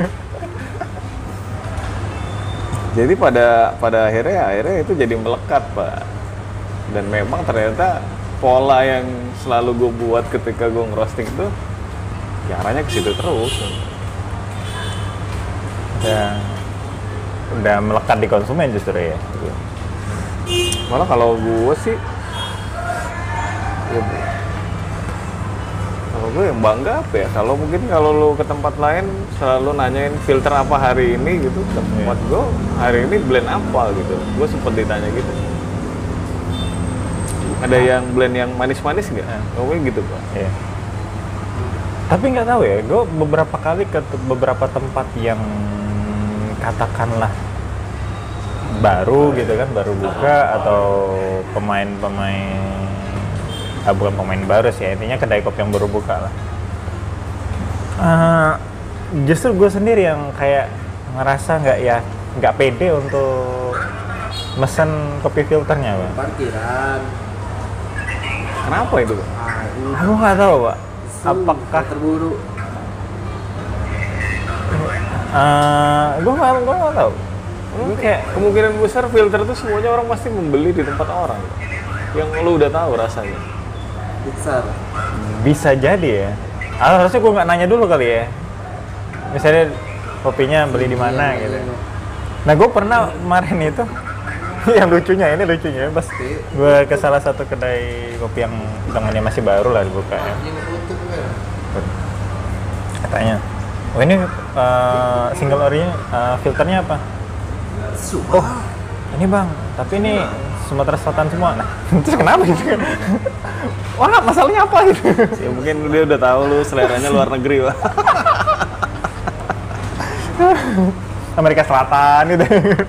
A: Jadi pada pada akhirnya akhirnya itu jadi melekat, Pak. Dan memang ternyata pola yang selalu gue buat ketika gue ngerosting itu ya arahnya ke situ terus.
B: Ya, udah melekat di konsumen justru ya.
A: Malah kalau gue sih, ya, kalau gue yang bangga apa ya? Kalau mungkin kalau lo ke tempat lain selalu nanyain filter apa hari ini gitu, tempat yeah. gue hari ini blend apa gitu. Gue sempet ditanya gitu. Ada yang blend yang manis-manis nggak? Oh, gitu, Pak.
B: Iya. Tapi nggak tahu ya, gue beberapa kali ke beberapa tempat yang katakanlah baru gitu kan, baru buka atau pemain-pemain, ah, bukan pemain baru sih, intinya kedai kopi yang baru buka lah. Uh, justru gue sendiri yang kayak ngerasa nggak ya, nggak pede untuk mesen kopi filternya, Pak.
C: Parkiran.
A: Kenapa itu, Pak?
B: Aku nggak tahu, Pak. Apakah
C: terburu?
B: Uh, gue nggak, gue nggak tahu.
A: Gue kayak kemungkinan besar filter tuh semuanya orang pasti membeli di tempat orang, Pak. Yang lu udah tahu rasanya.
C: Besar.
B: Bisa jadi ya. Ah, harusnya gue nggak nanya dulu kali ya. Misalnya kopinya beli di mana gitu. Nah, gue pernah kemarin itu yang lucunya, ini lucunya pas gue ke salah satu kedai kopi yang hitungannya masih baru lah dibuka ya. Katanya, oh ini uh, single ori uh, filternya apa? Oh, ini bang, tapi ini Sumatera Selatan semua. Nah, terus kenapa gitu? Wah, masalahnya apa gitu?
A: Ya mungkin dia udah tahu lu seleranya luar negeri, Pak.
B: Amerika Selatan gitu.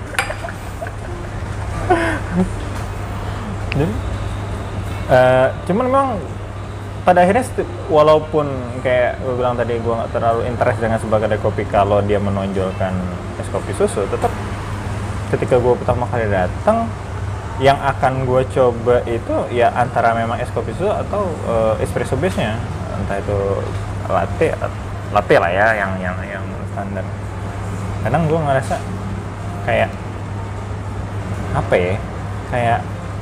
B: Jadi, uh, cuman memang pada akhirnya walaupun kayak gue bilang tadi gue nggak terlalu interest dengan sebuah kedai kopi kalau dia menonjolkan es kopi susu, tetap ketika gue pertama kali datang yang akan gue coba itu ya antara memang es kopi susu atau uh, espresso base nya, entah itu latte latte lah ya yang yang yang standar. Kadang gue ngerasa kayak apa ya, kayak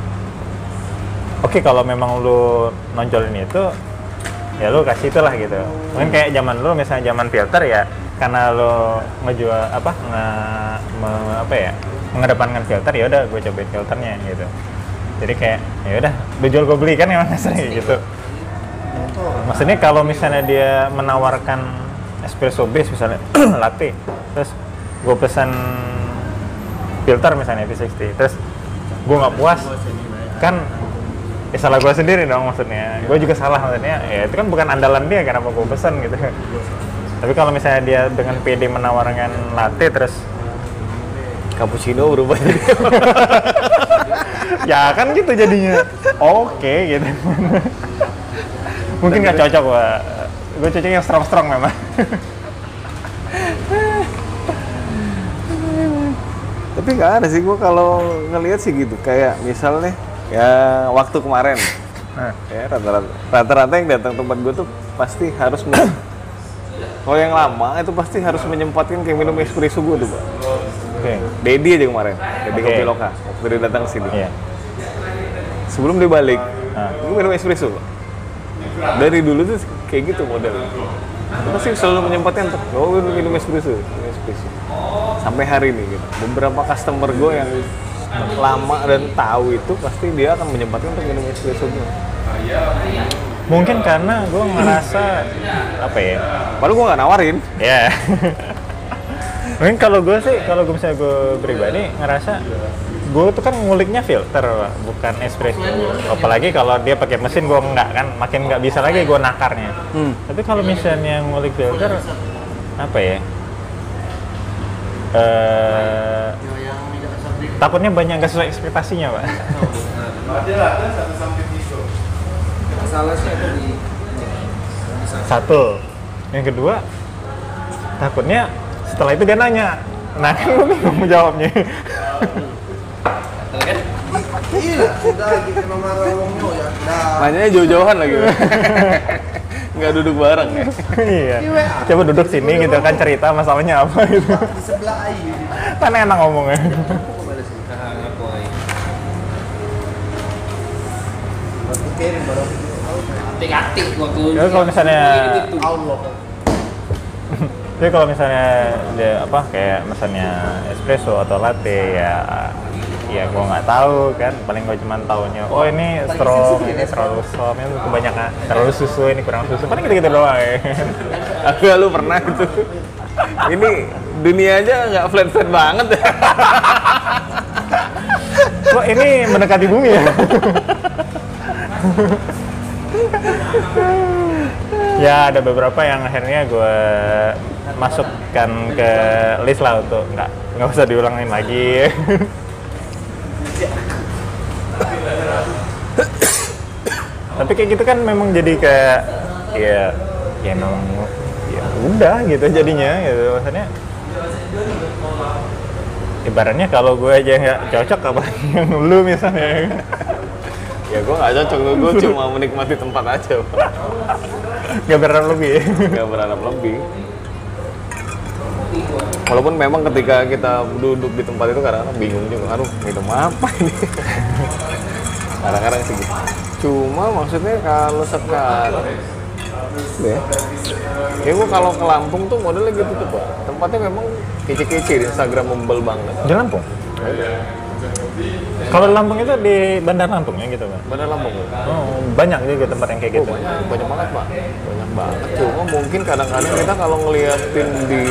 B: oke kalau memang lu nonjolin itu ya lu kasih itulah gitu. Mungkin kayak zaman lu misalnya zaman filter ya, karena lu ngejual apa nge, me, apa ya mengedepankan filter, ya udah gue cobain filternya gitu. Jadi kayak ya udah lu jual gue beli kan emang kasarnya gitu. Maksudnya kalau misalnya dia menawarkan espresso base misalnya latte, terus gue pesan filter misalnya V enam puluh, terus gue nggak puas, kan ya salah gue sendiri dong maksudnya. Gue juga salah maksudnya, ya itu kan bukan andalan dia kenapa gue pesan gitu. Tapi kalau misalnya dia dengan pede menawarkan latte terus
A: Cappuccino berubah jadi
B: ya kan gitu jadinya oke gitu. Mungkin nggak cocok Pak. Gue cocoknya yang strong-strong memang.
A: tapi nggak ada sih gue kalau ngelihat sih gitu, kayak misalnya ya waktu kemarin
B: Nah,
A: ya rata-rata rata-rata yang datang tempat gue tuh pasti harus men- kalau yang lama itu pasti harus menyempatkan kayak minum espresso gue tuh Pak.
B: oke.
A: Dedi aja kemarin, Dedi
B: Oke.
A: Kopi Loka waktu dia datang sini.
B: Iya.
A: Sebelum dia balik,
B: Nah.
A: gue minum espresso Pak. Dari dulu tuh kayak gitu modelnya. Dia pasti selalu menyempatkan untuk oh minum minum espresso, minum espresso. Sampai hari ini gitu. Beberapa customer gue yang lama dan tahu itu pasti dia akan menyempatkan untuk minum espresso gue.
B: Mungkin karena gue ngerasa apa ya?
A: Padahal gue nggak nawarin.
B: Ya. Mungkin kalau gue sih, kalau gue misalnya gue pribadi ngerasa gue tuh kan nguliknya filter, Pak, bukan espresso. Apalagi kalau dia pakai mesin gue enggak kan, makin nggak bisa lagi gue nakarnya.
A: Hmm.
B: Tapi kalau misalnya ngulik filter, apa ya? Eh, takutnya banyak nggak sesuai ekspektasinya, Pak.
C: Masalahnya itu di
B: Satu. Yang kedua, takutnya setelah itu dia nanya. Nah, kan gue bingung mau jawabnya.
D: Iya, sudah gitu nomor wongnya ya. Dah.
A: Nanyanya jauh-jauhan lagi. Nggak duduk bareng ya.
B: Iya. Coba duduk sini gitu kan, cerita masalahnya apa gitu.
D: Di sebelah air.
B: Kan enak ngomongnya.
D: Kirim baru.
C: aktif-aktif waktu
B: Ya, kalau misalnya-
C: itu.
D: Allah.
B: Jadi kalau misalnya dia apa kayak misalnya espresso atau latte ya ya gue nggak tahu kan, paling gue cuma taunya oh ini strong, ini terlalu soft, ini kebanyakan terlalu susu, ini kurang susu, paling gitu-gitu doang ya.
A: Agak lu pernah gitu. Ini dunia aja nggak flat-flat banget ya.
B: Kok ini mendekati bumi ya? Ya ada beberapa yang akhirnya gue masukkan ke list lah untuk nggak nggak usah diulangin lagi. Tapi kayak gitu kan memang jadi kayak ya ya memang ya udah gitu jadinya gitu maksudnya. Ibaratnya kalau gue aja nggak cocok apa yang lu misalnya.
A: Ya gue nggak cocok, gue cuma menikmati tempat aja.
B: Nggak berharap lebih.
A: Nggak berharap lebih. Walaupun memang ketika kita duduk di tempat itu kadang-kadang bingung juga, aduh minum apa ini? Kadang-kadang sih gitu. Cuma maksudnya kalau sekarang, ya, ya gue kalau ke Lampung tuh modelnya gitu tuh Pak. Tempatnya memang kece-kece, di Instagram membel banget.
B: Di Lampung? Kalau di Lampung itu di Bandar Lampung ya gitu Pak?
A: Bandar Lampung.
B: Oh, banyak juga tempat yang kayak
A: Oh,
B: gitu.
A: banyak, banyak banget Pak, banyak banget. Cuma mungkin kadang-kadang kita kalau ngeliatin di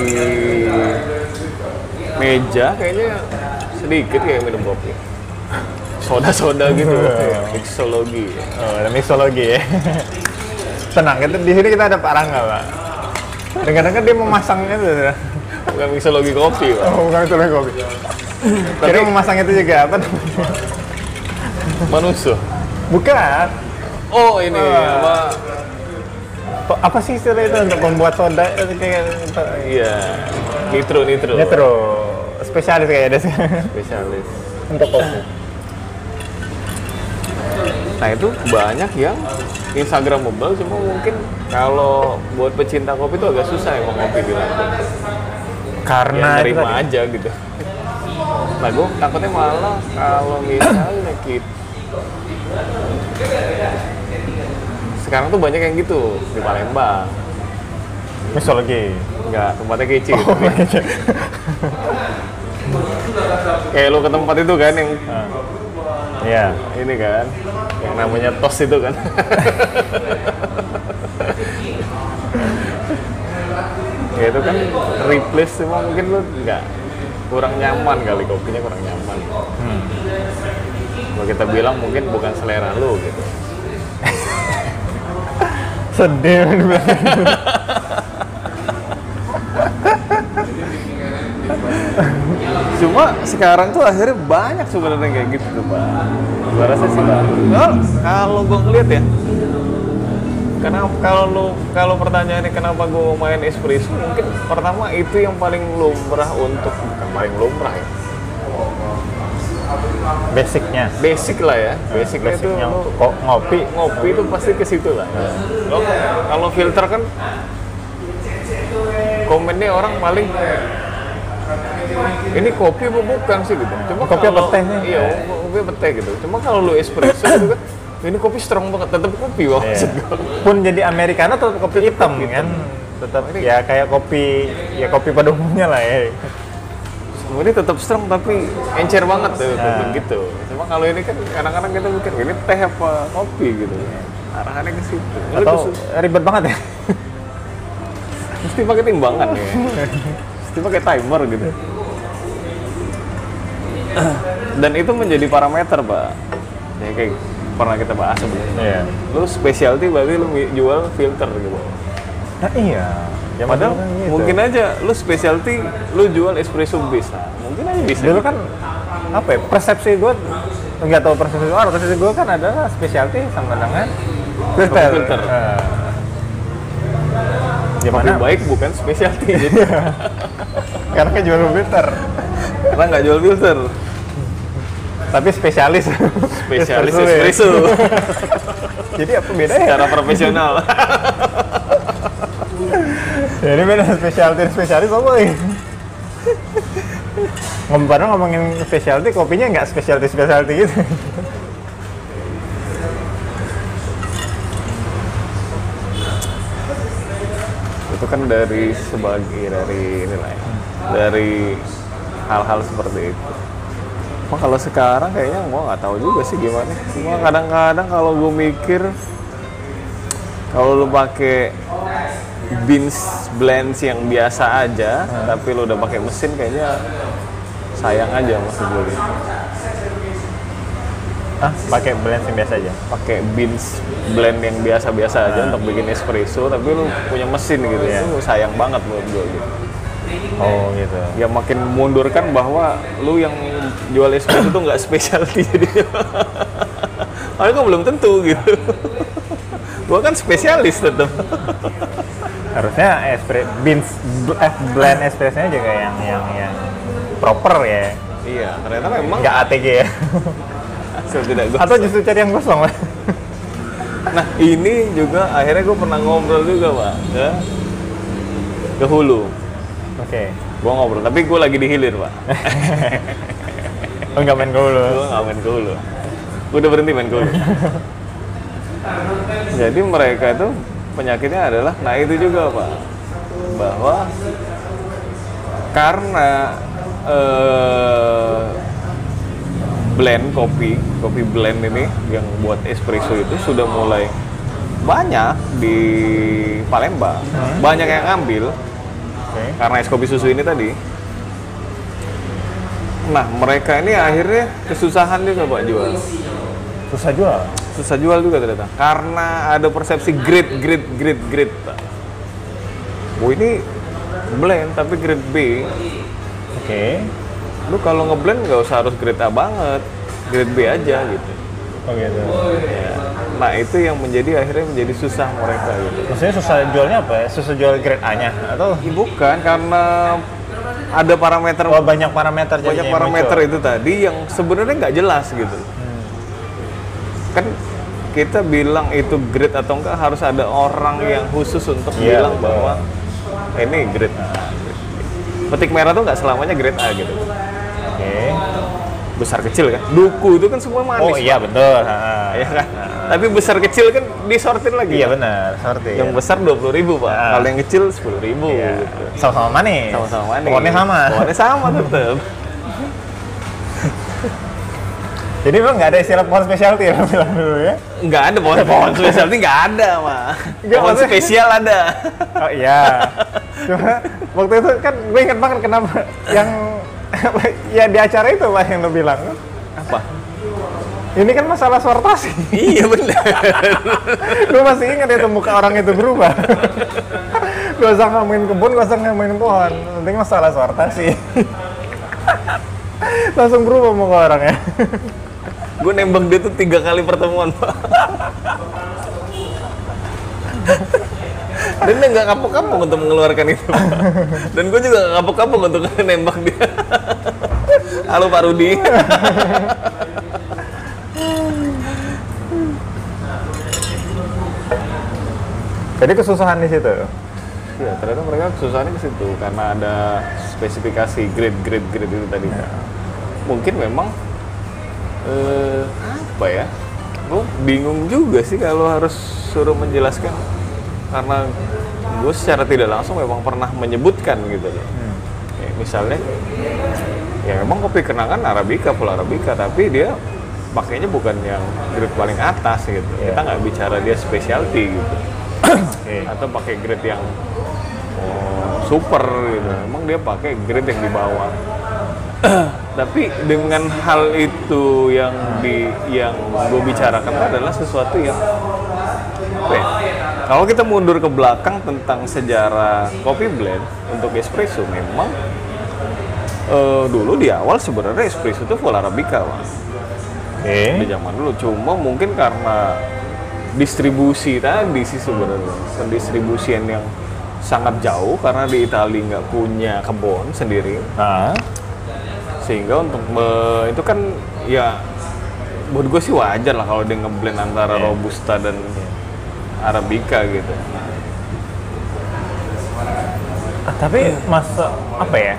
A: meja kayaknya sedikit kayak minum kopi, soda-soda gitu, mixologi.
B: Oh, ada mixologi ya. Tenang, kita, di sini kita ada Pak Rangga Pak. Kadang-kadang dia memasangnya tuh.
A: Bukan mixologi kopi Pak.
B: Oh, bukan mixologi kopi. Tapi mau memasang itu juga apa namanya?
A: Manusia.
B: Bukan.
A: Oh ini
B: Ah.
A: apa?
B: Kok apa sih istilah itu untuk membuat soda itu kayak
A: Iya, nitro nitro.
B: nitro spesialis kayaknya deh.
A: Spesialis.
B: Untuk kopi.
A: Nah itu banyak yang Instagramable, cuma mungkin kalau buat pecinta kopi itu agak susah emang kopi di Lampung.
B: Karena
A: Ya
B: itu
A: nerima
B: tadi.
A: aja gitu. Nah gue takutnya malah kalau misalnya kita Sekarang tuh banyak yang gitu di Palembang.
B: Mixology.
A: Enggak, tempatnya kece gitu. Kayak lo ke tempat itu kan yang
B: Ah. Iya.
A: ini kan, yang namanya tos itu kan. Ya itu kan replace cuma mungkin lo nggak kurang nyaman kali, kopinya kurang nyaman.
B: Hmm.
A: Kalau kita bilang mungkin bukan selera lo gitu.
B: Sedih dibilang.
A: Cuma sekarang tuh akhirnya banyak sebenarnya kayak gitu tuh Pak. Gua rasa sih Pak. Kalau kalau gua ngeliat ya, kenapa kalau lu kalau pertanyaannya kenapa gua mau main espresso, mungkin pertama itu yang paling lumrah untuk bukan paling lumrah ya.
B: Basicnya.
A: Basic lah ya. Basicnya itu
B: Basicnya
A: lu
B: untuk ko- ngopi.
A: ngopi itu pasti ke situ lah. Lo kalau filter kan komennya orang paling ini kopi apa bukan sih gitu. Cuma
B: Kopi apa
A: kalau-
B: teh nih?
A: Iya, kopi apa teh gitu. Cuma kalau lu espresso gitu kan, ini kopi strong banget, tetap kopi wah.
B: Iya.
A: maksud gua.
B: Pun jadi americano tetap kopi hitam kan. Tetap ya kayak kopi ya kopi pada umumnya lah ya.
A: Ini tetap strong tapi encer banget tuh,
B: Nah.
A: tetap gitu. Cuma kalau ini kan kadang-kadang kita mikir ini teh apa kopi gitu. Arahannya ke situ. Lu
B: Atau
A: tuh
B: ribet banget ya.
A: mesti pakai timbangan ya. Mesti pakai timer gitu. Dan itu menjadi parameter, Pak. Ya kayak pernah kita bahas sebelumnya.
B: Iya.
A: Lu specialty berarti lu jual filter gitu.
B: Nah iya. Zaman
A: Padahal
B: dulu kan gitu.
A: mungkin aja lu specialty lu jual espresso base. Nah, mungkin aja bisa.
B: Dulu kan apa ya, persepsi gue nggak tahu persepsi gue, persepsi gue kan adalah specialty sama dengan filter.
A: filter.
B: Nah.
A: Kopi
B: Gimana?
A: baik bukan specialty jadi
B: Karena kan jual filter.
A: karena nggak jual filter.
B: Tapi spesialis.
A: Spesialis
B: ya.
A: espresso
B: Jadi apa bedanya?
A: secara profesional.
B: Jadi beda spesialty dan spesialis apa ya? Ngomong ngomongin spesialty, kopinya nggak spesialty spesialty gitu.
A: Itu kan dari sebagai dari inilah ya, dari hal-hal seperti itu. Cuma kalau sekarang kayaknya gua nggak tahu juga sih gimana. Cuma kadang-kadang kalau gue mikir kalau lu pakai beans blends yang biasa aja, tapi lu udah pakai mesin kayaknya sayang aja maksud gue. Gitu.
B: Ah, pakai blend yang biasa aja.
A: Pakai beans blend yang biasa-biasa aja untuk bikin espresso, tapi lu punya mesin gitu,
B: Iya.
A: itu sayang banget menurut gue. Gitu.
B: Oh gitu.
A: Ya makin mundurkan bahwa lu yang jual espresso itu nggak specialty jadi. Padahal kan belum tentu gitu. Gua kan spesialis tetap.
B: Harusnya espre beans bl- eh, blend espressonya juga yang yang yang proper ya.
A: Iya, ternyata memang
B: Nggak A T G ya.
A: hasil tidak gua.
B: Atau justru cari yang kosong lah.
A: Nah ini juga akhirnya gue pernah ngobrol juga pak ke ke Hulu.
B: Oke.
A: Gua ngobrol, tapi gue lagi di hilir pak.
B: Oh nggak main dulu.
A: Gue nggak main ke Hulu. Gue udah berhenti main ke Hulu. Jadi mereka itu penyakitnya adalah, nah itu juga pak, bahwa karena eh, blend kopi, kopi blend ini yang buat espresso itu sudah mulai banyak di Palembang, banyak yang ngambil
B: Oke.
A: karena es kopi susu ini tadi. Nah mereka ini akhirnya kesusahan juga pak jual.
B: Susah jual.
A: Susah jual juga ternyata karena ada persepsi grade grade grade grade pak. Oh ini blend tapi grade B.
B: Oke.
A: Lu kalau ngeblend nggak usah harus grade A banget, grade B aja gitu.
B: Oh gitu.
A: Ya. Nah itu yang menjadi akhirnya menjadi susah mereka gitu.
B: Maksudnya susah jualnya apa ya? Susah jual grade A-nya atau
A: Ya, bukan karena ada parameter
B: oh, banyak parameter
A: banyak
B: jadinya yang
A: parameter
B: muncul.
A: itu tadi yang sebenarnya nggak jelas gitu. Kan kita bilang itu grade atau enggak harus ada orang yang khusus untuk
B: Iya,
A: bilang
B: betul.
A: bahwa ini grade A. Petik merah tuh nggak selamanya grade A gitu.
B: Oke.
A: besar kecil kan. Duku itu kan semua manis.
B: Oh iya betul. Ha.
A: Ya kan? Tapi besar kecil kan disortir lagi.
B: Iya
A: Pak.
B: benar, sortir.
A: Yang besar dua puluh ribu Pak.
B: Ha.
A: Kalau yang kecil sepuluh ribu
B: Iya.
A: gitu.
B: Sama-sama manis.
A: Sama-sama manis.
B: Pokoknya sama.
A: Pokoknya sama tetap.
B: Jadi memang nggak ada istilah pohon spesialty ya bilang dulu ya?
A: Nggak ada pohon pohon spesialty nggak ada mah.
B: Nggak,
A: Pohon
B: maksudnya-
A: spesial ada.
B: Oh iya. Cuma waktu itu kan gue inget banget kenapa yang ya di acara itu Pak yang lo bilang.
A: Apa?
B: Ini kan masalah sortasi.
A: Iya benar.
B: Gue masih ingat itu muka orang itu berubah. Gak usah ngomongin kebun, gak usah ngomongin pohon. Penting masalah sortasi. Langsung berubah muka orangnya.
A: Gue nembak dia tuh tiga kali pertemuan Pak. Dan dia nggak kapok-kapok untuk mengeluarkan itu Pak. Dan gue juga nggak kapok-kapok untuk nembak dia. Halo Pak Rudi.
B: Jadi kesusahan di situ.
A: Ya ternyata mereka kesusahannya ke situ karena ada spesifikasi grade-grade grade itu tadi.
B: Ya.
A: Mungkin memang eh, apa ya? Gue bingung juga sih kalau harus suruh menjelaskan karena gue secara tidak langsung memang pernah menyebutkan gitu loh.
B: Hmm.
A: Ya, misalnya, ya memang kopi kenangan Arabica, full Arabica, tapi dia pakainya bukan yang grade paling atas gitu.
B: Yeah.
A: Kita nggak bicara dia specialty gitu.
B: Oke.
A: Atau pakai grade yang oh, super gitu. Emang dia pakai grade yang di bawah. Tapi dengan hal itu yang di yang gue bicarakan adalah sesuatu yang apa ya? Kalau kita mundur ke belakang tentang sejarah kopi blend untuk espresso, memang eh, dulu di awal sebenarnya espresso itu full Arabica, Pak.
B: Oke.
A: Di zaman dulu. Cuma mungkin karena distribusi tadi sih sebenarnya, pendistribusian yang sangat jauh karena di Italia nggak punya kebun sendiri.
B: Nah,
A: Sehingga untuk me- itu kan ya buat gue sih wajar lah kalau dia ngeblend antara
B: Yeah.
A: Robusta dan Arabica gitu.
B: ah, tapi masa apa ya?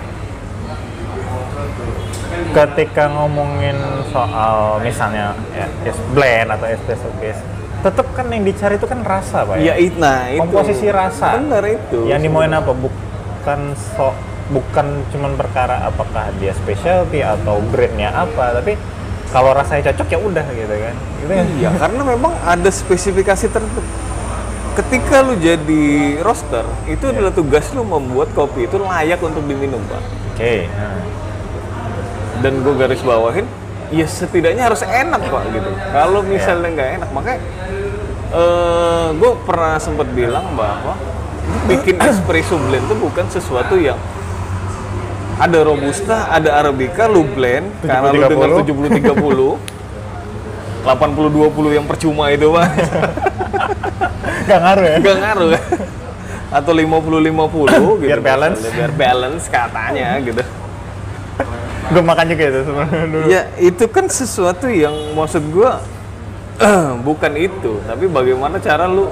B: Ketika ngomongin soal misalnya ya, es blend atau espresso base, tetap kan yang dicari itu kan rasa, Pak.
A: Ya, it- nah itu.
B: Komposisi rasa.
A: Bener itu.
B: Yang dimauin apa? Bukan so, bukan cuman perkara apakah dia specialty atau grade-nya apa, tapi kalau rasanya cocok ya udah gitu kan. Gitu kan.
A: Iya, karena memang ada spesifikasi tertentu. Ketika lu jadi roaster, itu adalah tugas lu membuat kopi itu layak untuk diminum, Pak.
B: Oke. Nah.
A: Dan gue garis bawahin, ya setidaknya harus enak, Pak, gitu. Kalau misalnya nggak enak, makanya eh gue pernah sempat bilang bahwa bikin espresso blend itu bukan sesuatu yang ada Robusta, ada Arabica, lu blend karena lu dengan tujuh puluh tiga puluh delapan puluh dua puluh yang percuma itu, Pak.
B: Gak ngaruh ya?
A: Gak ngaruh kan? Atau lima puluh lima puluh gitu.
B: Biar balance.
A: misalnya. Biar balance katanya gitu.
B: Gue makan juga itu sebenarnya dulu.
A: Ya itu kan sesuatu yang maksud gua bukan itu, tapi bagaimana cara lu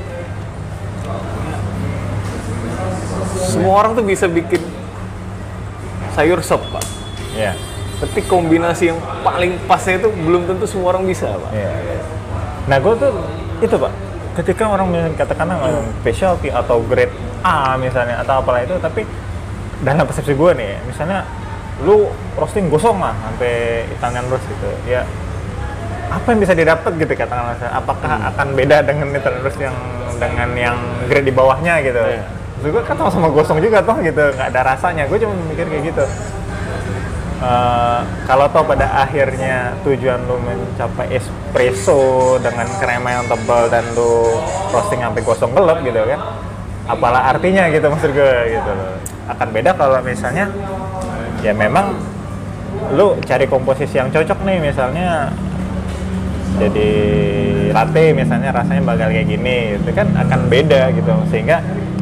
A: semua orang tuh bisa bikin sayur sop, Pak.
B: Iya.
A: Tapi kombinasi yang paling pasnya itu belum tentu semua orang bisa, Pak.
B: Iya. Iya. Nah, gue tuh itu, Pak. Ketika orang misalnya katakanlah hmm. specialty atau grade A misalnya atau apalah itu, tapi dalam persepsi gue nih, misalnya lu roasting gosong lah sampai Italian roast gitu, ya apa yang bisa didapat gitu katakanlah, apakah hmm. akan beda dengan Italian roast yang dengan yang grade di bawahnya gitu?
A: Yeah.
B: Maksud gue kan sama-sama gosong juga toh gitu, nggak ada rasanya. Gue cuma mikir kayak gitu. Uh, kalau toh pada akhirnya tujuan lu mencapai espresso dengan krema yang tebal dan lu roasting sampai gosong gelap gitu kan, apalah artinya gitu maksud gue gitu loh. Akan beda kalau misalnya ya memang lu cari komposisi yang cocok nih, misalnya jadi latte misalnya rasanya bakal kayak gini, itu kan akan beda gitu, sehingga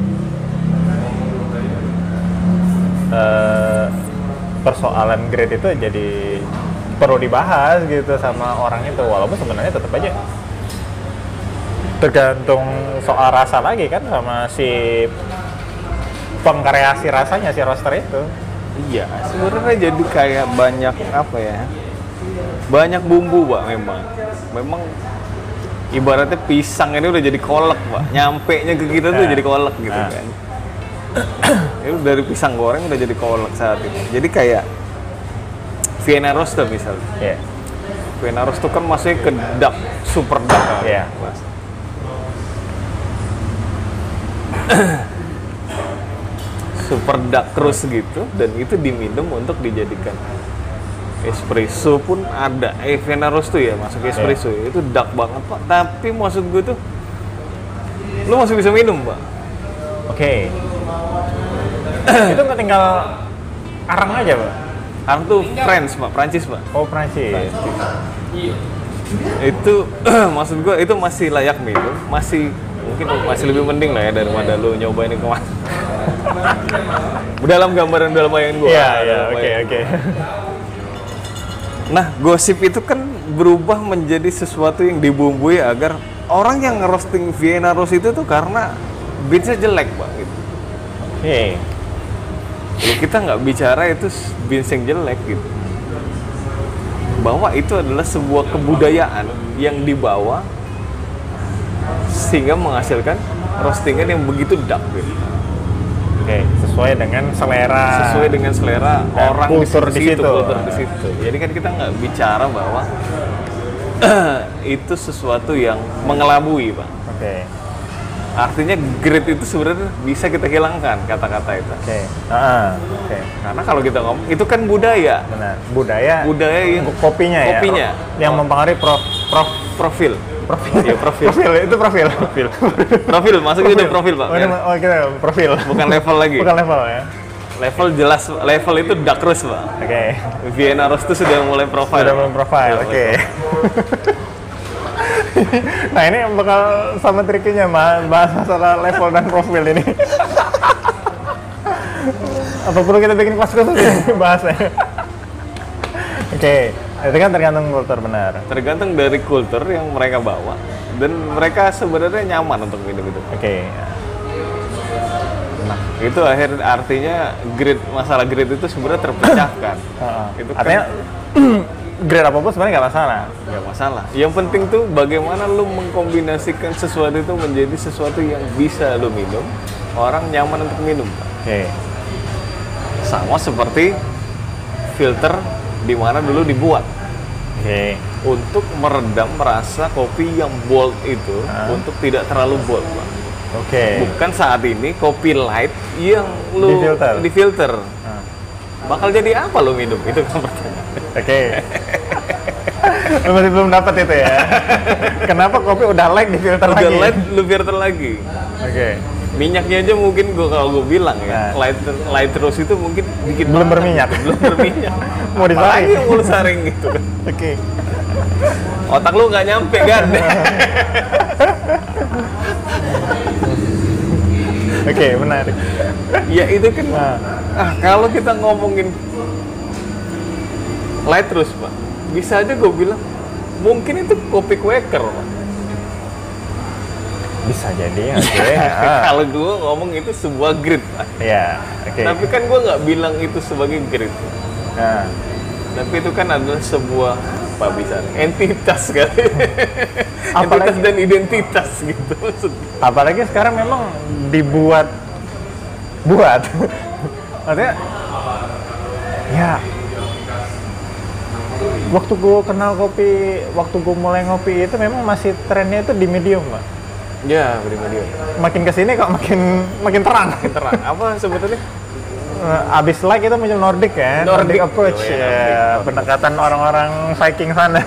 B: uh, persoalan grade itu jadi perlu dibahas gitu sama orang itu, walaupun sebenarnya tetap aja tergantung soal rasa lagi kan sama si pengkreasi rasanya si roaster itu.
A: Iya, sebenarnya jadi kayak banyak apa ya? banyak bumbu pak memang memang ibaratnya pisang ini udah jadi kolak pak, nyampe nya ke kita tuh
B: Nah.
A: jadi kolak gitu
B: Nah.
A: kan. Itu dari pisang goreng udah jadi kolak saat ini. Jadi kayak Vienna Roast tuh misalnya.
B: Iya.
A: Vienna Roast tuh kan masih ke dark, super dark kan.
B: Iya.
A: Mas. Super dark terus gitu, dan itu diminum untuk dijadikan espresso pun ada. Eh, Vienna Roast tuh ya masuk espresso ya. Itu dark banget pak. Tapi maksud gue tuh, lu masih bisa minum pak.
B: Oke. Itu nggak tinggal arang aja, Pak?
A: Arang tuh French pak, Prancis pak.
B: Oh, Prancis.
A: Itu maksud gue itu masih layak minum, masih mungkin masih lebih mending lah ya daripada lu nyobain ini kemarin. Dalam gambaran dalam bayangan gue.
B: Iya, iya, oke, oke.
A: Nah, gosip itu kan berubah menjadi sesuatu yang dibumbui agar orang yang ngerosting Vienna Roast itu tuh karena beansnya jelek pak gitu.
B: Oke.
A: Lalu kita nggak bicara itu beans yang jelek gitu, bahwa itu adalah sebuah kebudayaan yang dibawa sehingga menghasilkan roastingan yang begitu dark gitu.
B: Oke, sesuai dengan selera.
A: Sesuai dengan selera
B: Dan
A: orang
B: kultur di situ.
A: kultur di situ. Jadi kan kita nggak bicara bahwa itu sesuatu yang mengelabui pak.
B: Oke.
A: Artinya grade itu sebenarnya bisa kita hilangkan kata-kata itu.
B: Oke. Ah, oke.
A: Karena kalau kita ngomong itu kan budaya,
B: Benar. Budaya.
A: budaya yang
B: Untuk kopinya,
A: kopinya.
B: ya. Yang mempengaruhi prof prof
A: profil.
B: profil.
A: Iya, profil.
B: Profil itu profil.
A: Profil. Profil, maksudnya udah profil pak.
B: Oh, ini, oh kita profil.
A: Bukan level lagi.
B: Bukan level ya.
A: Level jelas, level itu dark roast pak.
B: Oke.
A: Vienna Roast itu sudah mulai profile.
B: Sudah belum profile.
A: Sudah
B: Oke.
A: mulai
B: Nah, ini bakal sama triknya Mas, bahas masalah level dan profil ini. Apa perlu kita bikin kelas khusus ini bahasnya? Oke, itu kan tergantung kultur benar.
A: Tergantung dari kultur yang mereka bawa, dan mereka sebenarnya nyaman untuk minum itu.
B: Oke.
A: Nah, itu akhir artinya grade masalah grade itu sebenarnya terpecahkan.
B: Heeh.
A: Itu kan
B: Artinya grade apapun sebenarnya nggak masalah.
A: nggak masalah. Yang penting tuh bagaimana lu mengkombinasikan sesuatu itu menjadi sesuatu yang bisa lu minum, orang nyaman untuk minum.
B: Oke.
A: Sama seperti filter di mana dulu dibuat
B: Oke.
A: untuk meredam rasa kopi yang bold itu
B: Hah?
A: untuk tidak terlalu bold, Pak.
B: Oke.
A: Bukan saat ini kopi light yang lu
B: Difilter.
A: difilter.
B: Nah.
A: Bakal jadi apa lu minum? Itu kan pertanyaan.
B: Oke. Lu masih belum dapat itu ya. Kenapa kopi udah light di filter
A: Udah
B: lagi?
A: light lu filter lagi.
B: Oke.
A: Minyaknya aja mungkin gua kalau gua bilang ya,
B: Nah.
A: light light terus itu mungkin dikit
B: Belum
A: banget.
B: berminyak.
A: Belum berminyak.
B: Mau disaring.
A: Apalagi yang mau lu saring gitu kan.
B: Oke.
A: Otak lu nggak nyampe kan?
B: Oke, menarik.
A: Ya itu kan.
B: Nah.
A: Ah, kalau kita ngomongin light terus, Pak. Bisa aja gue bilang mungkin itu kopi Quaker, Pak.
B: Bisa jadi, oke. Ah.
A: Kalau gue ngomong itu sebuah grade, Pak.
B: Ya, oke.
A: Tapi kan gue nggak bilang itu sebagai grade.
B: Nah,
A: Tapi itu kan adalah sebuah apa bisa entitas kali.
B: Apalagi-
A: Entitas dan identitas gitu maksudnya.
B: apalagi sekarang memang dibuat buat. Maksudnya ya waktu gue kenal kopi, waktu gue mulai ngopi itu memang masih trennya itu di medium, Pak.
A: Ya, beri media.
B: Makin kesini kok makin makin terang.
A: Terang. Apa sebetulnya?
B: Eh, abis light itu muncul Nordic ya,
A: Nordic.
B: approach
A: Oh, iya,
B: ya,
A: Nordic, Nordic.
B: pendekatan orang-orang Viking sana.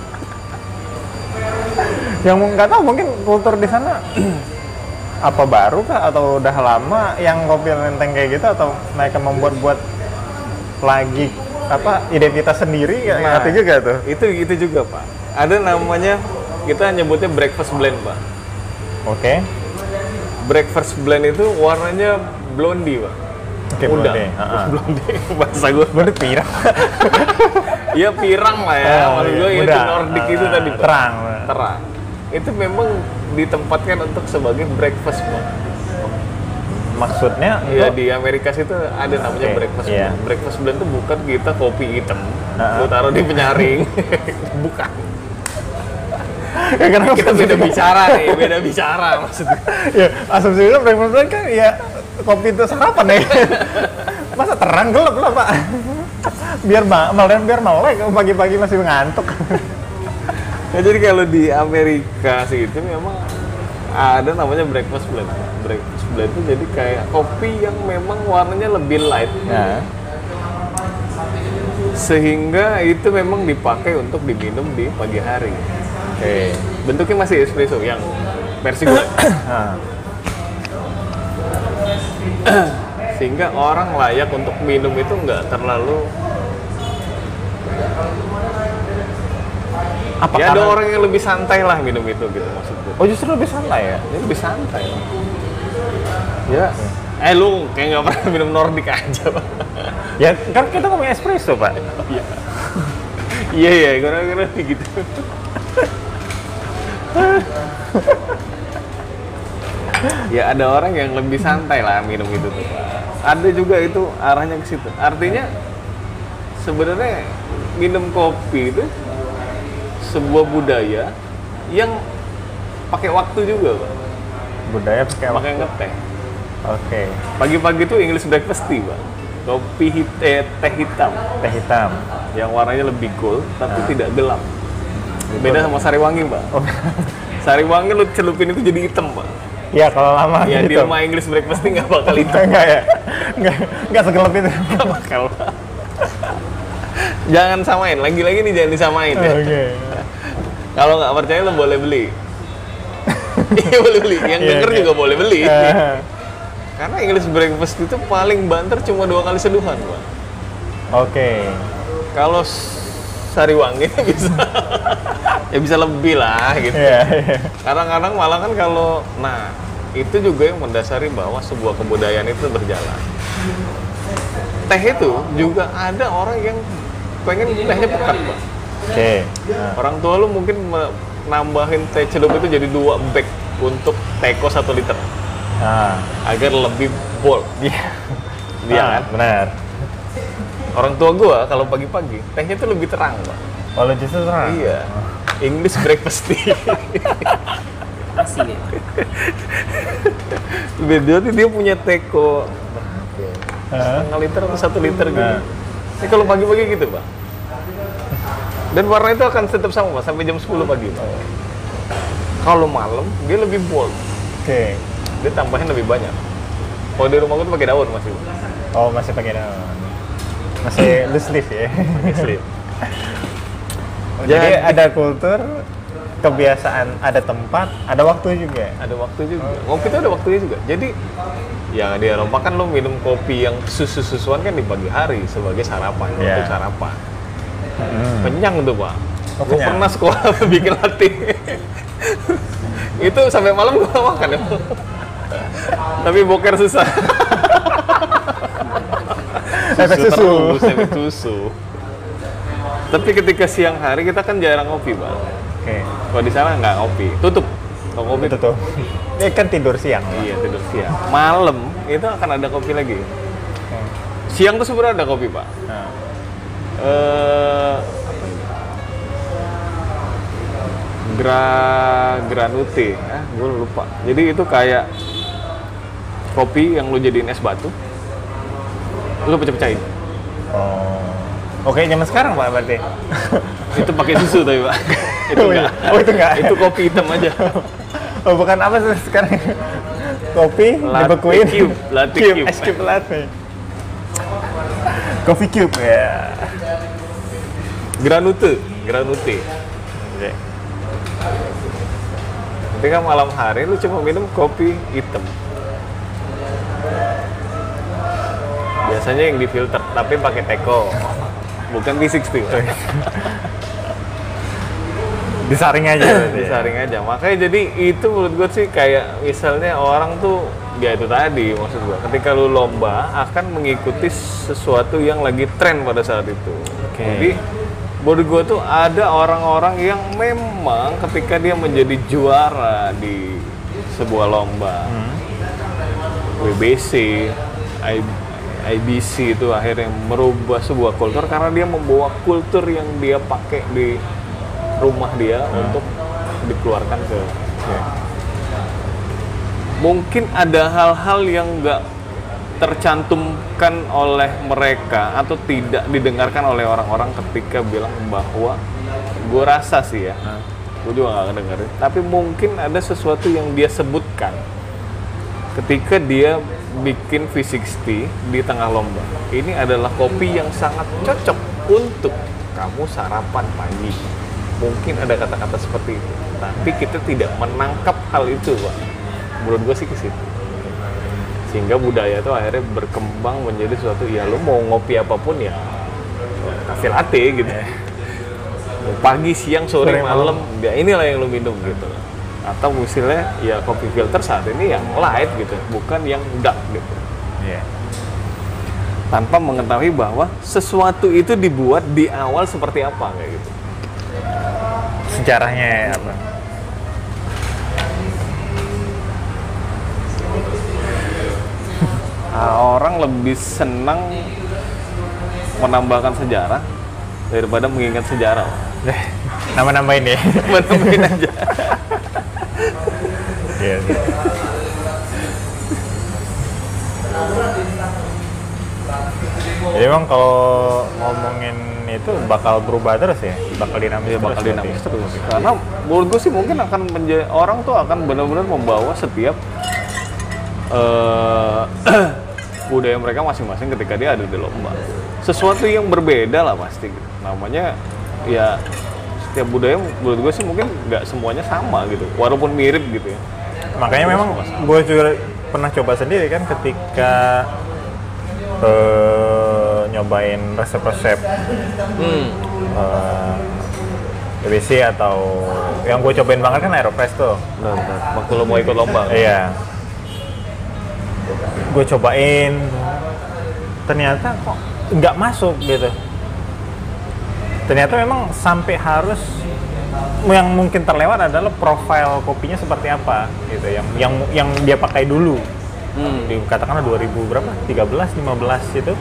B: Yang nggak tahu mungkin kultur di sana apa baru kah atau udah lama yang kopi lenteng kayak gitu, atau mereka membuat-buat lagi apa identitas sendiri kayak
A: Nah.
B: ngerti juga tuh.
A: Itu itu juga, Pak. Ada namanya kita nyebutnya breakfast blend, Pak.
B: Oke.
A: Breakfast blend itu warnanya blondie, Pak.
B: Oke,
A: Muda.
B: blondie. Ha-ha.
A: Blondie bahasa gue.
B: Berarti pirang.
A: Iya pirang lah ya.
B: Oh,
A: Maksud
B: iya.
A: gue itu
B: Muda.
A: Nordic itu
B: Ah,
A: tadi, Pak.
B: terang.
A: Terang. Itu memang ditempatkan untuk sebagai breakfast, Pak.
B: maksudnya
A: Iya,
B: untuk-
A: di Amerika situ ada namanya
B: Oke,
A: breakfast
B: iya.
A: blend. Breakfast blend itu bukan kita kopi hitam,
B: Nah.
A: lu taruh di penyaring. Bukan.
B: Ya, kenapa
A: Kita beda bicara nih, beda bicara maksudnya.
B: ya asumsinya breakfast blend kan ya kopi itu sarapan ya. Masa terang gelap lah pak. Biar ma malah biar melek pagi-pagi masih ngantuk.
A: Nah, jadi kalau di Amerika sih itu memang ada namanya breakfast blend. Breakfast blend itu jadi kayak kopi yang memang warnanya lebih light.
B: Nah,
A: Sehingga itu memang dipakai untuk diminum di pagi hari.
B: oke.
A: Bentuknya masih espresso yang versi gula.
B: Nah,
A: Sehingga orang layak untuk minum itu nggak terlalu.
B: apa
A: Ya ada
B: karena-
A: orang yang lebih santai lah minum itu gitu maksudnya.
B: Oh justru lebih santai ya?
A: Ini lebih santai. Ya. Eh lu kayak nggak pernah minum Nordic aja, Pak.
B: Ya kan kita ngomong espresso pak.
A: Iya. Iya iya, kira-kira gitu. Ya ada orang yang lebih santai lah minum itu tuh, Pak. Ada juga itu arahnya ke situ. Artinya sebenarnya minum kopi itu sebuah budaya yang pakai waktu juga, Pak.
B: Budaya pakai apa?
A: Pakai ngeteh.
B: Oke.
A: Pagi-pagi itu English breakfast tea, Pak. Kopi hit, eh, teh hitam
B: Teh hitam.
A: yang warnanya lebih gold tapi
B: Ah.
A: tidak gelap. Beda sama sariwangi, Pak.
B: Oh.
A: Sariwangi lu celupin itu jadi hitam, Pak.
B: Ya kalau lama
A: Ya di
B: gitu.
A: rumah English breakfast tea nggak bakal hitam.
B: Enggak ya? Enggak, enggak segelap itu.
A: Nggak bakal. Jangan samain, lagi-lagi nih jangan disamain ya.
B: Oke.
A: Kalau nggak percaya lo boleh beli. Iya boleh beli, yang
B: Iya,
A: denger
B: iya.
A: juga boleh beli.
B: Eh,
A: Karena English breakfast itu paling banter cuma dua kali seduhan, Pak.
B: Oke.
A: Kalau sariwangi bisa ya bisa lebih lah gitu.
B: Iya, iya.
A: Kadang-kadang malah kan kalau, nah itu juga yang mendasari bahwa sebuah kebudayaan itu berjalan. Teh itu juga ada orang yang pengen tehnya pekat, Pak.
B: Oke. Nah,
A: Orang tua lu mungkin me- nambahin teh celup itu jadi dua bag untuk teko satu liter
B: Nah,
A: agar lebih bold.
B: iya.
A: Iya
B: Ah,
A: kan?
B: Benar.
A: Orang tua gua kalau pagi-pagi tehnya tuh lebih terang, Pak.
B: Kalau justru terang.
A: Iya. English breakfast tea.
C: Asik ya.
A: Beda tuh dia punya teko
B: Hah?
A: setengah liter atau satu liter gitu.
B: Nah.
A: Ini kalau pagi-pagi gitu, Pak. Dan warna itu akan tetap sama, Pak, sampai jam sepuluh pagi, Pak. Kalau malam dia lebih bold,
B: Oke.
A: dia tambahin lebih banyak. Kalau di rumah gua tuh pakai daun masih.
B: Oh, masih pakai daun. Masih loose leaf ya.
A: Sleep.
B: Jadi
A: Jadi-
B: ada kultur, kebiasaan, ada tempat, ada waktu juga.
A: Ada waktu juga. Ngopi itu ada waktunya juga. Jadi ya di Eropa kan lo minum kopi yang susu-susuan kan di pagi hari sebagai sarapan,
B: Iya.
A: untuk sarapan.
B: Hmm.
A: Kenyang tuh, Pak.
B: Oh,
A: Gue
B: kenyang.
A: pernah sekolah bikin latte. Itu sampai malam gue makan ya. Tapi boker susah.
B: Efek susu.
A: terus, efek susu. Tapi ketika siang hari kita kan jarang ngopi, Pak.
B: Oke.
A: Kalau di sana nggak ngopi, tutup. Kalau ngopi
B: Itu tuh. Ini kan tidur siang.
A: Iya, tidur siang. Malam itu akan ada kopi lagi.
B: Oke.
A: Siang tuh sebenarnya ada kopi, Pak.
B: Nah.
A: Eh Gra Granute, ah, gue lupa. Jadi itu kayak kopi yang lu jadiin es batu, lu pecah-pecahin.
B: Oh. Oke, zaman sekarang Pak berarti.
A: Itu pakai susu tapi, Pak. Itu
B: Oh, iya.
A: enggak.
B: Oh, itu enggak.
A: Itu kopi hitam aja.
B: Oh, bukan apa sih sekarang? Kopi
A: Latte
B: dibekuin.
A: cube, latte cube.
B: Es cube latte. Coffee cube ya.
A: Granute, Granute.
B: Oke.
A: Ketika malam hari lu cuma minum kopi hitam. Biasanya yang difilter, tapi pakai teko. Bukan T enam puluh.
B: Disaring aja berarti. ya?
A: Disaring aja. Makanya jadi itu menurut gue sih kayak misalnya orang tuh ya itu tadi maksud gue. Ketika lu lomba akan mengikuti sesuatu yang lagi tren pada saat itu.
B: Oke.
A: Jadi menurut gue tuh ada orang-orang yang memang ketika dia menjadi juara di sebuah lomba,
B: Hmm.
A: W B C, I B C itu akhirnya merubah sebuah kultur karena dia membawa kultur yang dia pakai di rumah dia hmm. untuk dikeluarkan ke ya. Mungkin ada hal-hal yang nggak tercantumkan oleh mereka atau tidak didengarkan oleh orang-orang ketika bilang bahwa gue rasa sih ya, hmm. gue juga nggak dengerin, tapi mungkin ada sesuatu yang dia sebutkan ketika dia bikin V enam puluh di tengah lomba. Ini adalah kopi yang sangat cocok untuk kamu sarapan pagi. Mungkin ada kata-kata seperti itu, tapi kita tidak menangkap hal itu, Pak. Menurut gue sih ke situ. Sehingga budaya itu akhirnya berkembang menjadi suatu, ya lu mau ngopi apapun ya kafe latte gitu. Mau pagi, siang, sore, sore malam, ya inilah yang lu minum gitu. Atau misalnya ya kopi filter saat ini yang light gitu, bukan yang dark gitu. Yeah. Tanpa mengetahui bahwa sesuatu itu dibuat di awal seperti apa kayak gitu.
B: Sejarahnya apa?
A: Nah, orang lebih senang menambahkan sejarah daripada mengingat sejarah.
B: Nama-namain ya?
A: Nama-namain aja.
B: Iya sih. Jadi emang kalau ngomongin itu bakal berubah terus ya? Bakal dinamis
A: ya,
B: terus?
A: Bakal dinamis terus. Karena menurut gue sih mungkin akan menjadi, orang tuh akan benar-benar membawa setiap uh, budaya mereka masing-masing ketika dia ada di lomba. Sesuatu yang berbeda lah pasti gitu. Namanya ya setiap budaya menurut gue sih mungkin nggak semuanya sama gitu, walaupun mirip gitu ya.
B: Makanya memang gue juga pernah coba sendiri kan ketika uh, nyobain resep-resep hmm. uh, B B C atau yang gue cobain banget kan Aeropress tuh.
A: Nah, nah. Waktu lo mau ikut lomba.
B: Iya. Gue cobain, ternyata kok nggak masuk gitu. Ternyata memang sampai harus, yang mungkin terlewat adalah profil kopinya seperti apa gitu, yang yang yang dia pakai dulu. Hmm. Katakanlah dua ribu berapa? tiga belas, lima belas itu.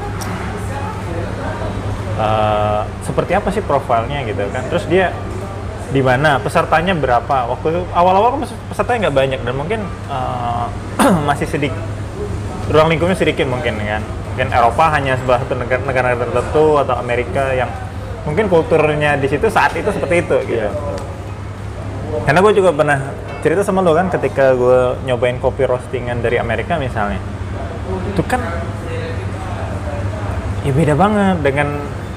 B: Uh, seperti apa sih profilnya gitu kan? Terus dia di mana? Pesertanya berapa? Waktu itu awal-awal kan pesertanya nggak banyak dan mungkin uh, masih sedikit, ruang lingkupnya sedikit mungkin kan. Mungkin Eropa hanya sebuah satu negara, negara tertentu atau Amerika yang mungkin kulturnya di situ saat itu seperti itu gitu. Yeah. Karena gue juga pernah cerita sama lo kan ketika gue nyobain kopi roastingan dari Amerika misalnya, itu kan ya beda banget dengan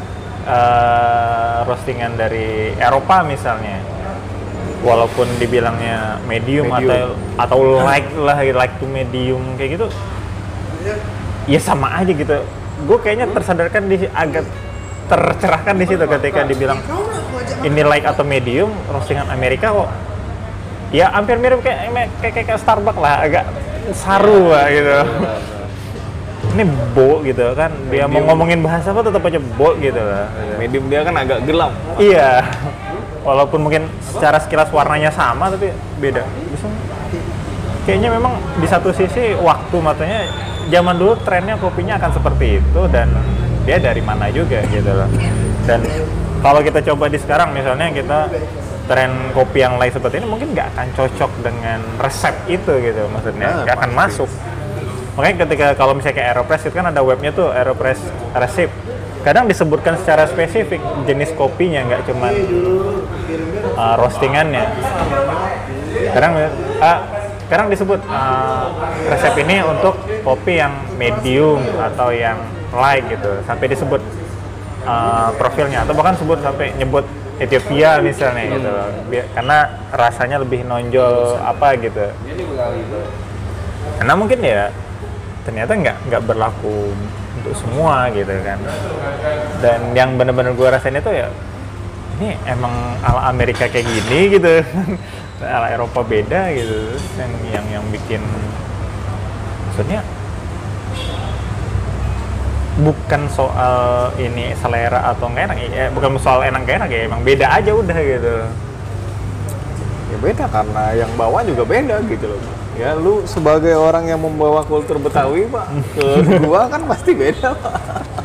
B: uh, roastingan dari Eropa misalnya. Walaupun dibilangnya medium, medium. atau atau light lah, like to medium kayak gitu, ya sama aja gitu. Gue kayaknya tersadarkan di agak tercerahkan di situ ketika dibilang ini light atau medium roastingan Amerika kok ya hampir mirip kayak kayak, kayak Starbucks lah, agak saru lah gitu. Ini bo gitu kan, dia medium. Mau ngomongin bahasa apa tetap aja bo gitu lah.
A: Medium dia kan agak gelap.
B: Iya, walaupun mungkin secara sekilas warnanya sama tapi beda. Bisa kayaknya memang di satu sisi waktu, matanya zaman dulu trennya kopinya akan seperti itu dan dia dari mana juga gitu loh. Dan kalau kita coba di sekarang misalnya kita tren kopi yang lain seperti ini mungkin nggak akan cocok dengan resep itu gitu, maksudnya nggak nah, akan masuk. Makanya ketika kalau misalnya kayak Aeropress itu kan ada webnya tuh, Aeropress Recipe. Kadang disebutkan secara spesifik jenis kopinya, nggak cuma uh, roastingannya. Kadang uh, kadang disebut uh, resep ini untuk kopi yang medium atau yang light gitu, sampai disebut uh, profilnya, atau bahkan sebut sampai nyebut Ethiopia misalnya hmm. gitu, Biar, karena rasanya lebih nonjol apa gitu. Karena mungkin ya ternyata nggak nggak berlaku untuk semua gitu kan. Dan yang benar-benar gue rasain itu ya ini emang ala Amerika kayak gini gitu, ala Eropa beda gitu. Yang yang yang bikin maksudnya bukan soal ini selera atau nggak enak, ya, bukan soal enak nggak enak ya, emang beda aja udah gitu.
A: Ya beda karena yang bawa juga beda gitu loh. Ya, lu sebagai orang yang membawa kultur Betawi, Pak, ke gua kan pasti beda, Pak.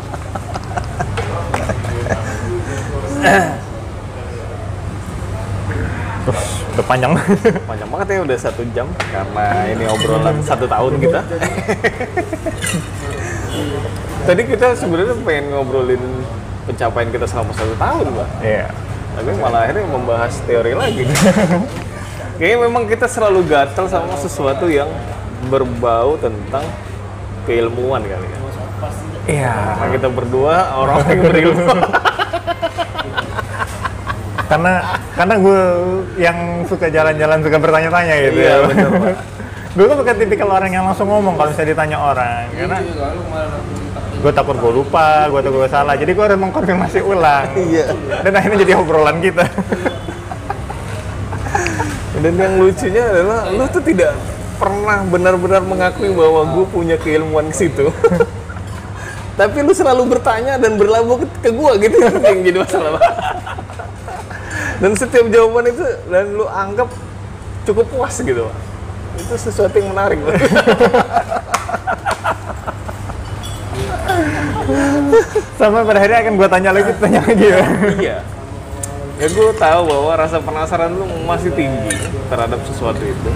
B: Terus udah panjang.
A: Panjang banget ya, udah satu jam karena ini obrolan satu tahun kita. Tadi kita sebenarnya pengen ngobrolin pencapaian kita selama satu tahun, Pak.
B: Iya.
A: Tapi malah akhirnya membahas teori lagi. Kayaknya memang kita selalu gatel sama sesuatu yang berbau tentang keilmuan kali ya.
B: Iya.
A: Karena kita berdua orang yang berilmu.
B: karena karena gue yang suka jalan-jalan suka bertanya-tanya gitu.
A: Iya,
B: ya.
A: bener, Pak.
B: Gue kan bukan tipikal orang yang langsung ngomong kalau misalnya ditanya orang, karena gue takut gue lupa, gue takut gue salah, jadi gue harus mengkonfirmasi ulang.
A: Iya.
B: Dan akhirnya jadi obrolan kita.
A: Dan yang lucunya adalah lu tuh tidak pernah benar-benar mengakui bahwa gue punya keilmuan ke situ. Tapi lu selalu bertanya dan berlabuh ke, ke gue gitu yang jadi masalah. Dan setiap jawaban itu dan lu anggap cukup puas gitu, Pak. Itu sesuatu yang menarik, Pak.
B: Sampai pada akhirnya akan gue tanya lagi, tanya lagi ya.
A: Iya. Ya gue tahu bahwa rasa penasaran lu masih tinggi terhadap sesuatu itu.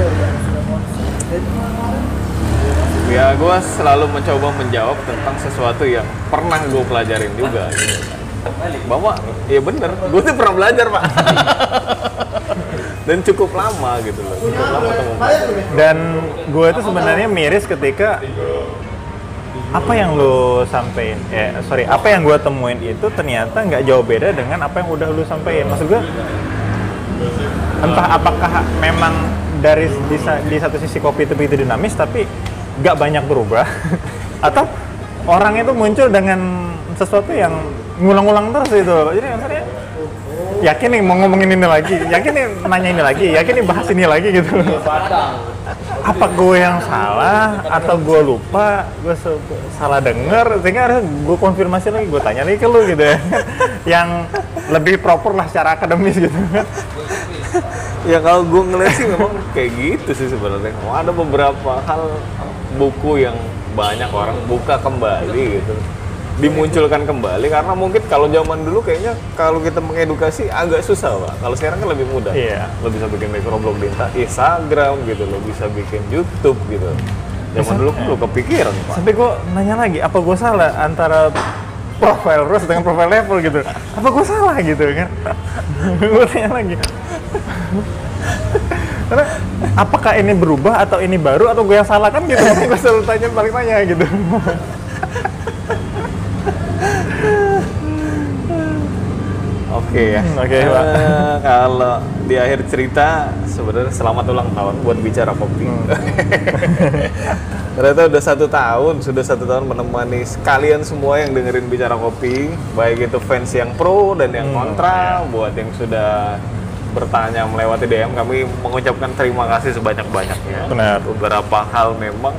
A: Ya gue selalu mencoba menjawab tentang sesuatu yang pernah gue pelajarin juga. Bahwa ya bener, gue tuh pernah belajar, Pak. Dan cukup lama gitu loh, cukup lama temu belajar.
B: Dan gue itu sebenarnya miris ketika apa yang lo sampein, eh sorry, apa yang gue temuin itu ternyata nggak jauh beda dengan apa yang udah lo sampein. Maksud gue, entah apakah memang dari di, di satu sisi kopi itu begitu dinamis, tapi nggak banyak berubah, atau orang itu muncul dengan sesuatu yang ngulang-ngulang terus itu. Jadi maksudnya yakin nih mau ngomongin ini lagi, yakin nih nanya ini lagi, yakin nih bahas ini lagi gitu. Apa gue yang salah atau gue lupa, gue salah denger, sehingga harus gue konfirmasi lagi, gue tanya lagi ke lu gitu ya. Yang lebih proper lah secara akademis gitu.
A: Ya kalau gue ngeliat sih memang kayak gitu sih sebenarnya. Oh, ada beberapa hal buku yang banyak orang buka kembali gitu, dimunculkan kembali karena mungkin kalau zaman dulu kayaknya kalau kita mengedukasi agak susah, Pak. Kalau sekarang kan lebih mudah.
B: Iya.
A: Lo bisa bikin microblog di Instagram gitu, lo bisa bikin YouTube gitu. Zaman dulu kan lo kepikiran, Pak.
B: Sampai gue nanya lagi, apa gue salah antara profile Rose dengan profile level gitu? Apa gue salah gitu kan? Gue tanya lagi. Karena apakah ini berubah atau ini baru atau gue yang salah kan gitu? Gue selalu tanya balik tanya gitu.
A: Oke ya.
B: Hmm, oke, Pak.
A: Eh, kalau di akhir cerita sebenarnya selamat ulang tahun buat Bicara Kopi.
B: Hmm.
A: Ternyata udah satu tahun, sudah satu tahun menemani kalian semua yang dengerin Bicara Kopi, baik itu fans yang pro dan yang
B: Hmm,
A: kontra, buat yang sudah bertanya melewati D M, kami mengucapkan terima kasih sebanyak-banyaknya.
B: Benar.
A: Beberapa hal memang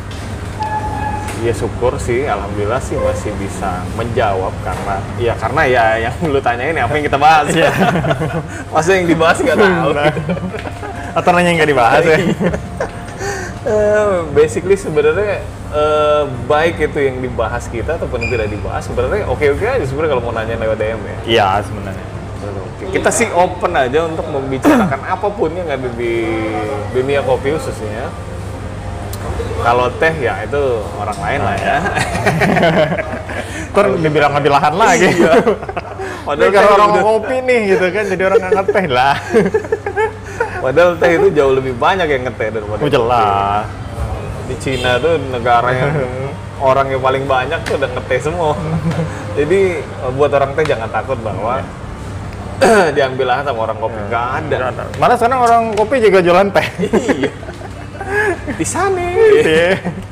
A: ya syukur sih, alhamdulillah sih masih bisa menjawab karena ya karena ya yang lu tanyain apa yang kita bahas.
B: Iya.
A: Masa yang dibahas nggak tahu.
B: Atau nanya yang nggak dibahas ya.
A: Uh, basically sebenarnya uh, baik itu yang dibahas kita ataupun yang tidak dibahas sebenarnya oke-oke aja sebenarnya kalau mau nanya lewat D M ya.
B: Iya sebenarnya.
A: Oke. Kita sih open aja untuk membicarakan apapun yang ada di dunia kopi khususnya. Kalau teh ya itu orang lain lah ya.
B: Terus dibilang ngambil lahan lagi.
A: Iya.
B: Padahal kalau orang udah kopi nih gitu kan, jadi orang nggak ngeteh lah.
A: Padahal teh itu jauh lebih banyak yang ngeteh daripada
B: Oh jelas.
A: di Cina tuh negara yang orang yang paling banyak tuh udah ngeteh semua. Jadi buat orang teh jangan takut bahwa diambil lahan sama orang kopi. Nggak ada.
B: Mana sekarang orang kopi juga jualan teh.
A: Iya. Di sana.
B: Iya.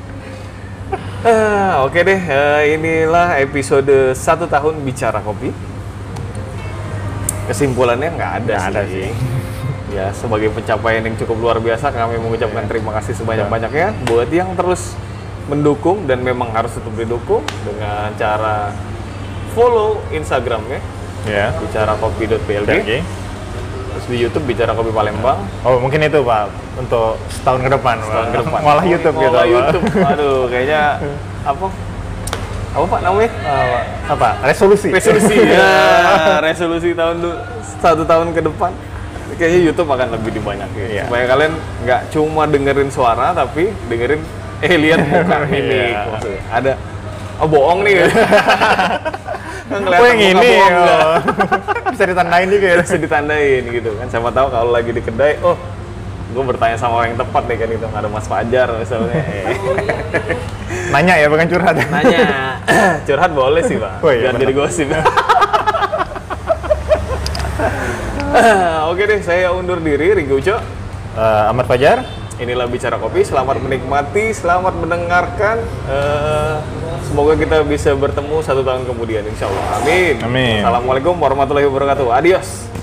A: Ah, Oke deh, uh, inilah episode satu tahun Bicara Kopi. Kesimpulannya nggak ada,
B: Nggak
A: sih.
B: ada sih.
A: Ya, sebagai pencapaian yang cukup luar biasa, kami mengucapkan terima kasih sebanyak-banyaknya buat yang terus mendukung dan memang harus tetap didukung dengan cara follow Instagramnya
B: Ya.
A: bicara kopi dot p l g.
B: Oke.
A: Terus di YouTube bicara kopi Palembang.
B: Oh mungkin itu Pak untuk setahun ke depan. Pak.
A: Setahun ke depan.
B: Malah YouTube
A: Oh,
B: gitu.
A: malah
B: Pak.
A: YouTube. Aduh, kayaknya apa? Apa Pak namanya?
B: Apa? Apa? Resolusi.
A: Resolusi. Ya, resolusi tahun du- satu tahun ke depan. Kayaknya YouTube akan lebih dibanyakin.
B: Iya.
A: Supaya kalian nggak cuma dengerin suara tapi dengerin eh lihat muka ini
B: Iya.
A: maksudnya. Ada oh bohong nih. Ngeliat
B: Oh yang
A: muka
B: ini.
A: bohong nggak?
B: Oh. Bisa ditandain juga ya.
A: Bisa ditandain gitu kan. Siapa tahu kalau lagi di kedai, oh gue bertanya sama orang yang tepat nih kan itu ada Mas Fajar misalnya. Eh.
B: Nanya ya bukan curhat.
A: Nanya, curhat boleh sih Pak,
B: Oh, iya,
A: biar
B: benar.
A: jadi gosip. Oke deh, saya undur diri, Ringgo Uco.
B: Eh, Ahmad Fajar.
A: Inilah Bicara Kopi, selamat menikmati, selamat mendengarkan. Eh, semoga kita bisa bertemu satu tahun kemudian, insya Allah. Amin.
B: Amin.
A: Assalamualaikum warahmatullahi wabarakatuh. Adios.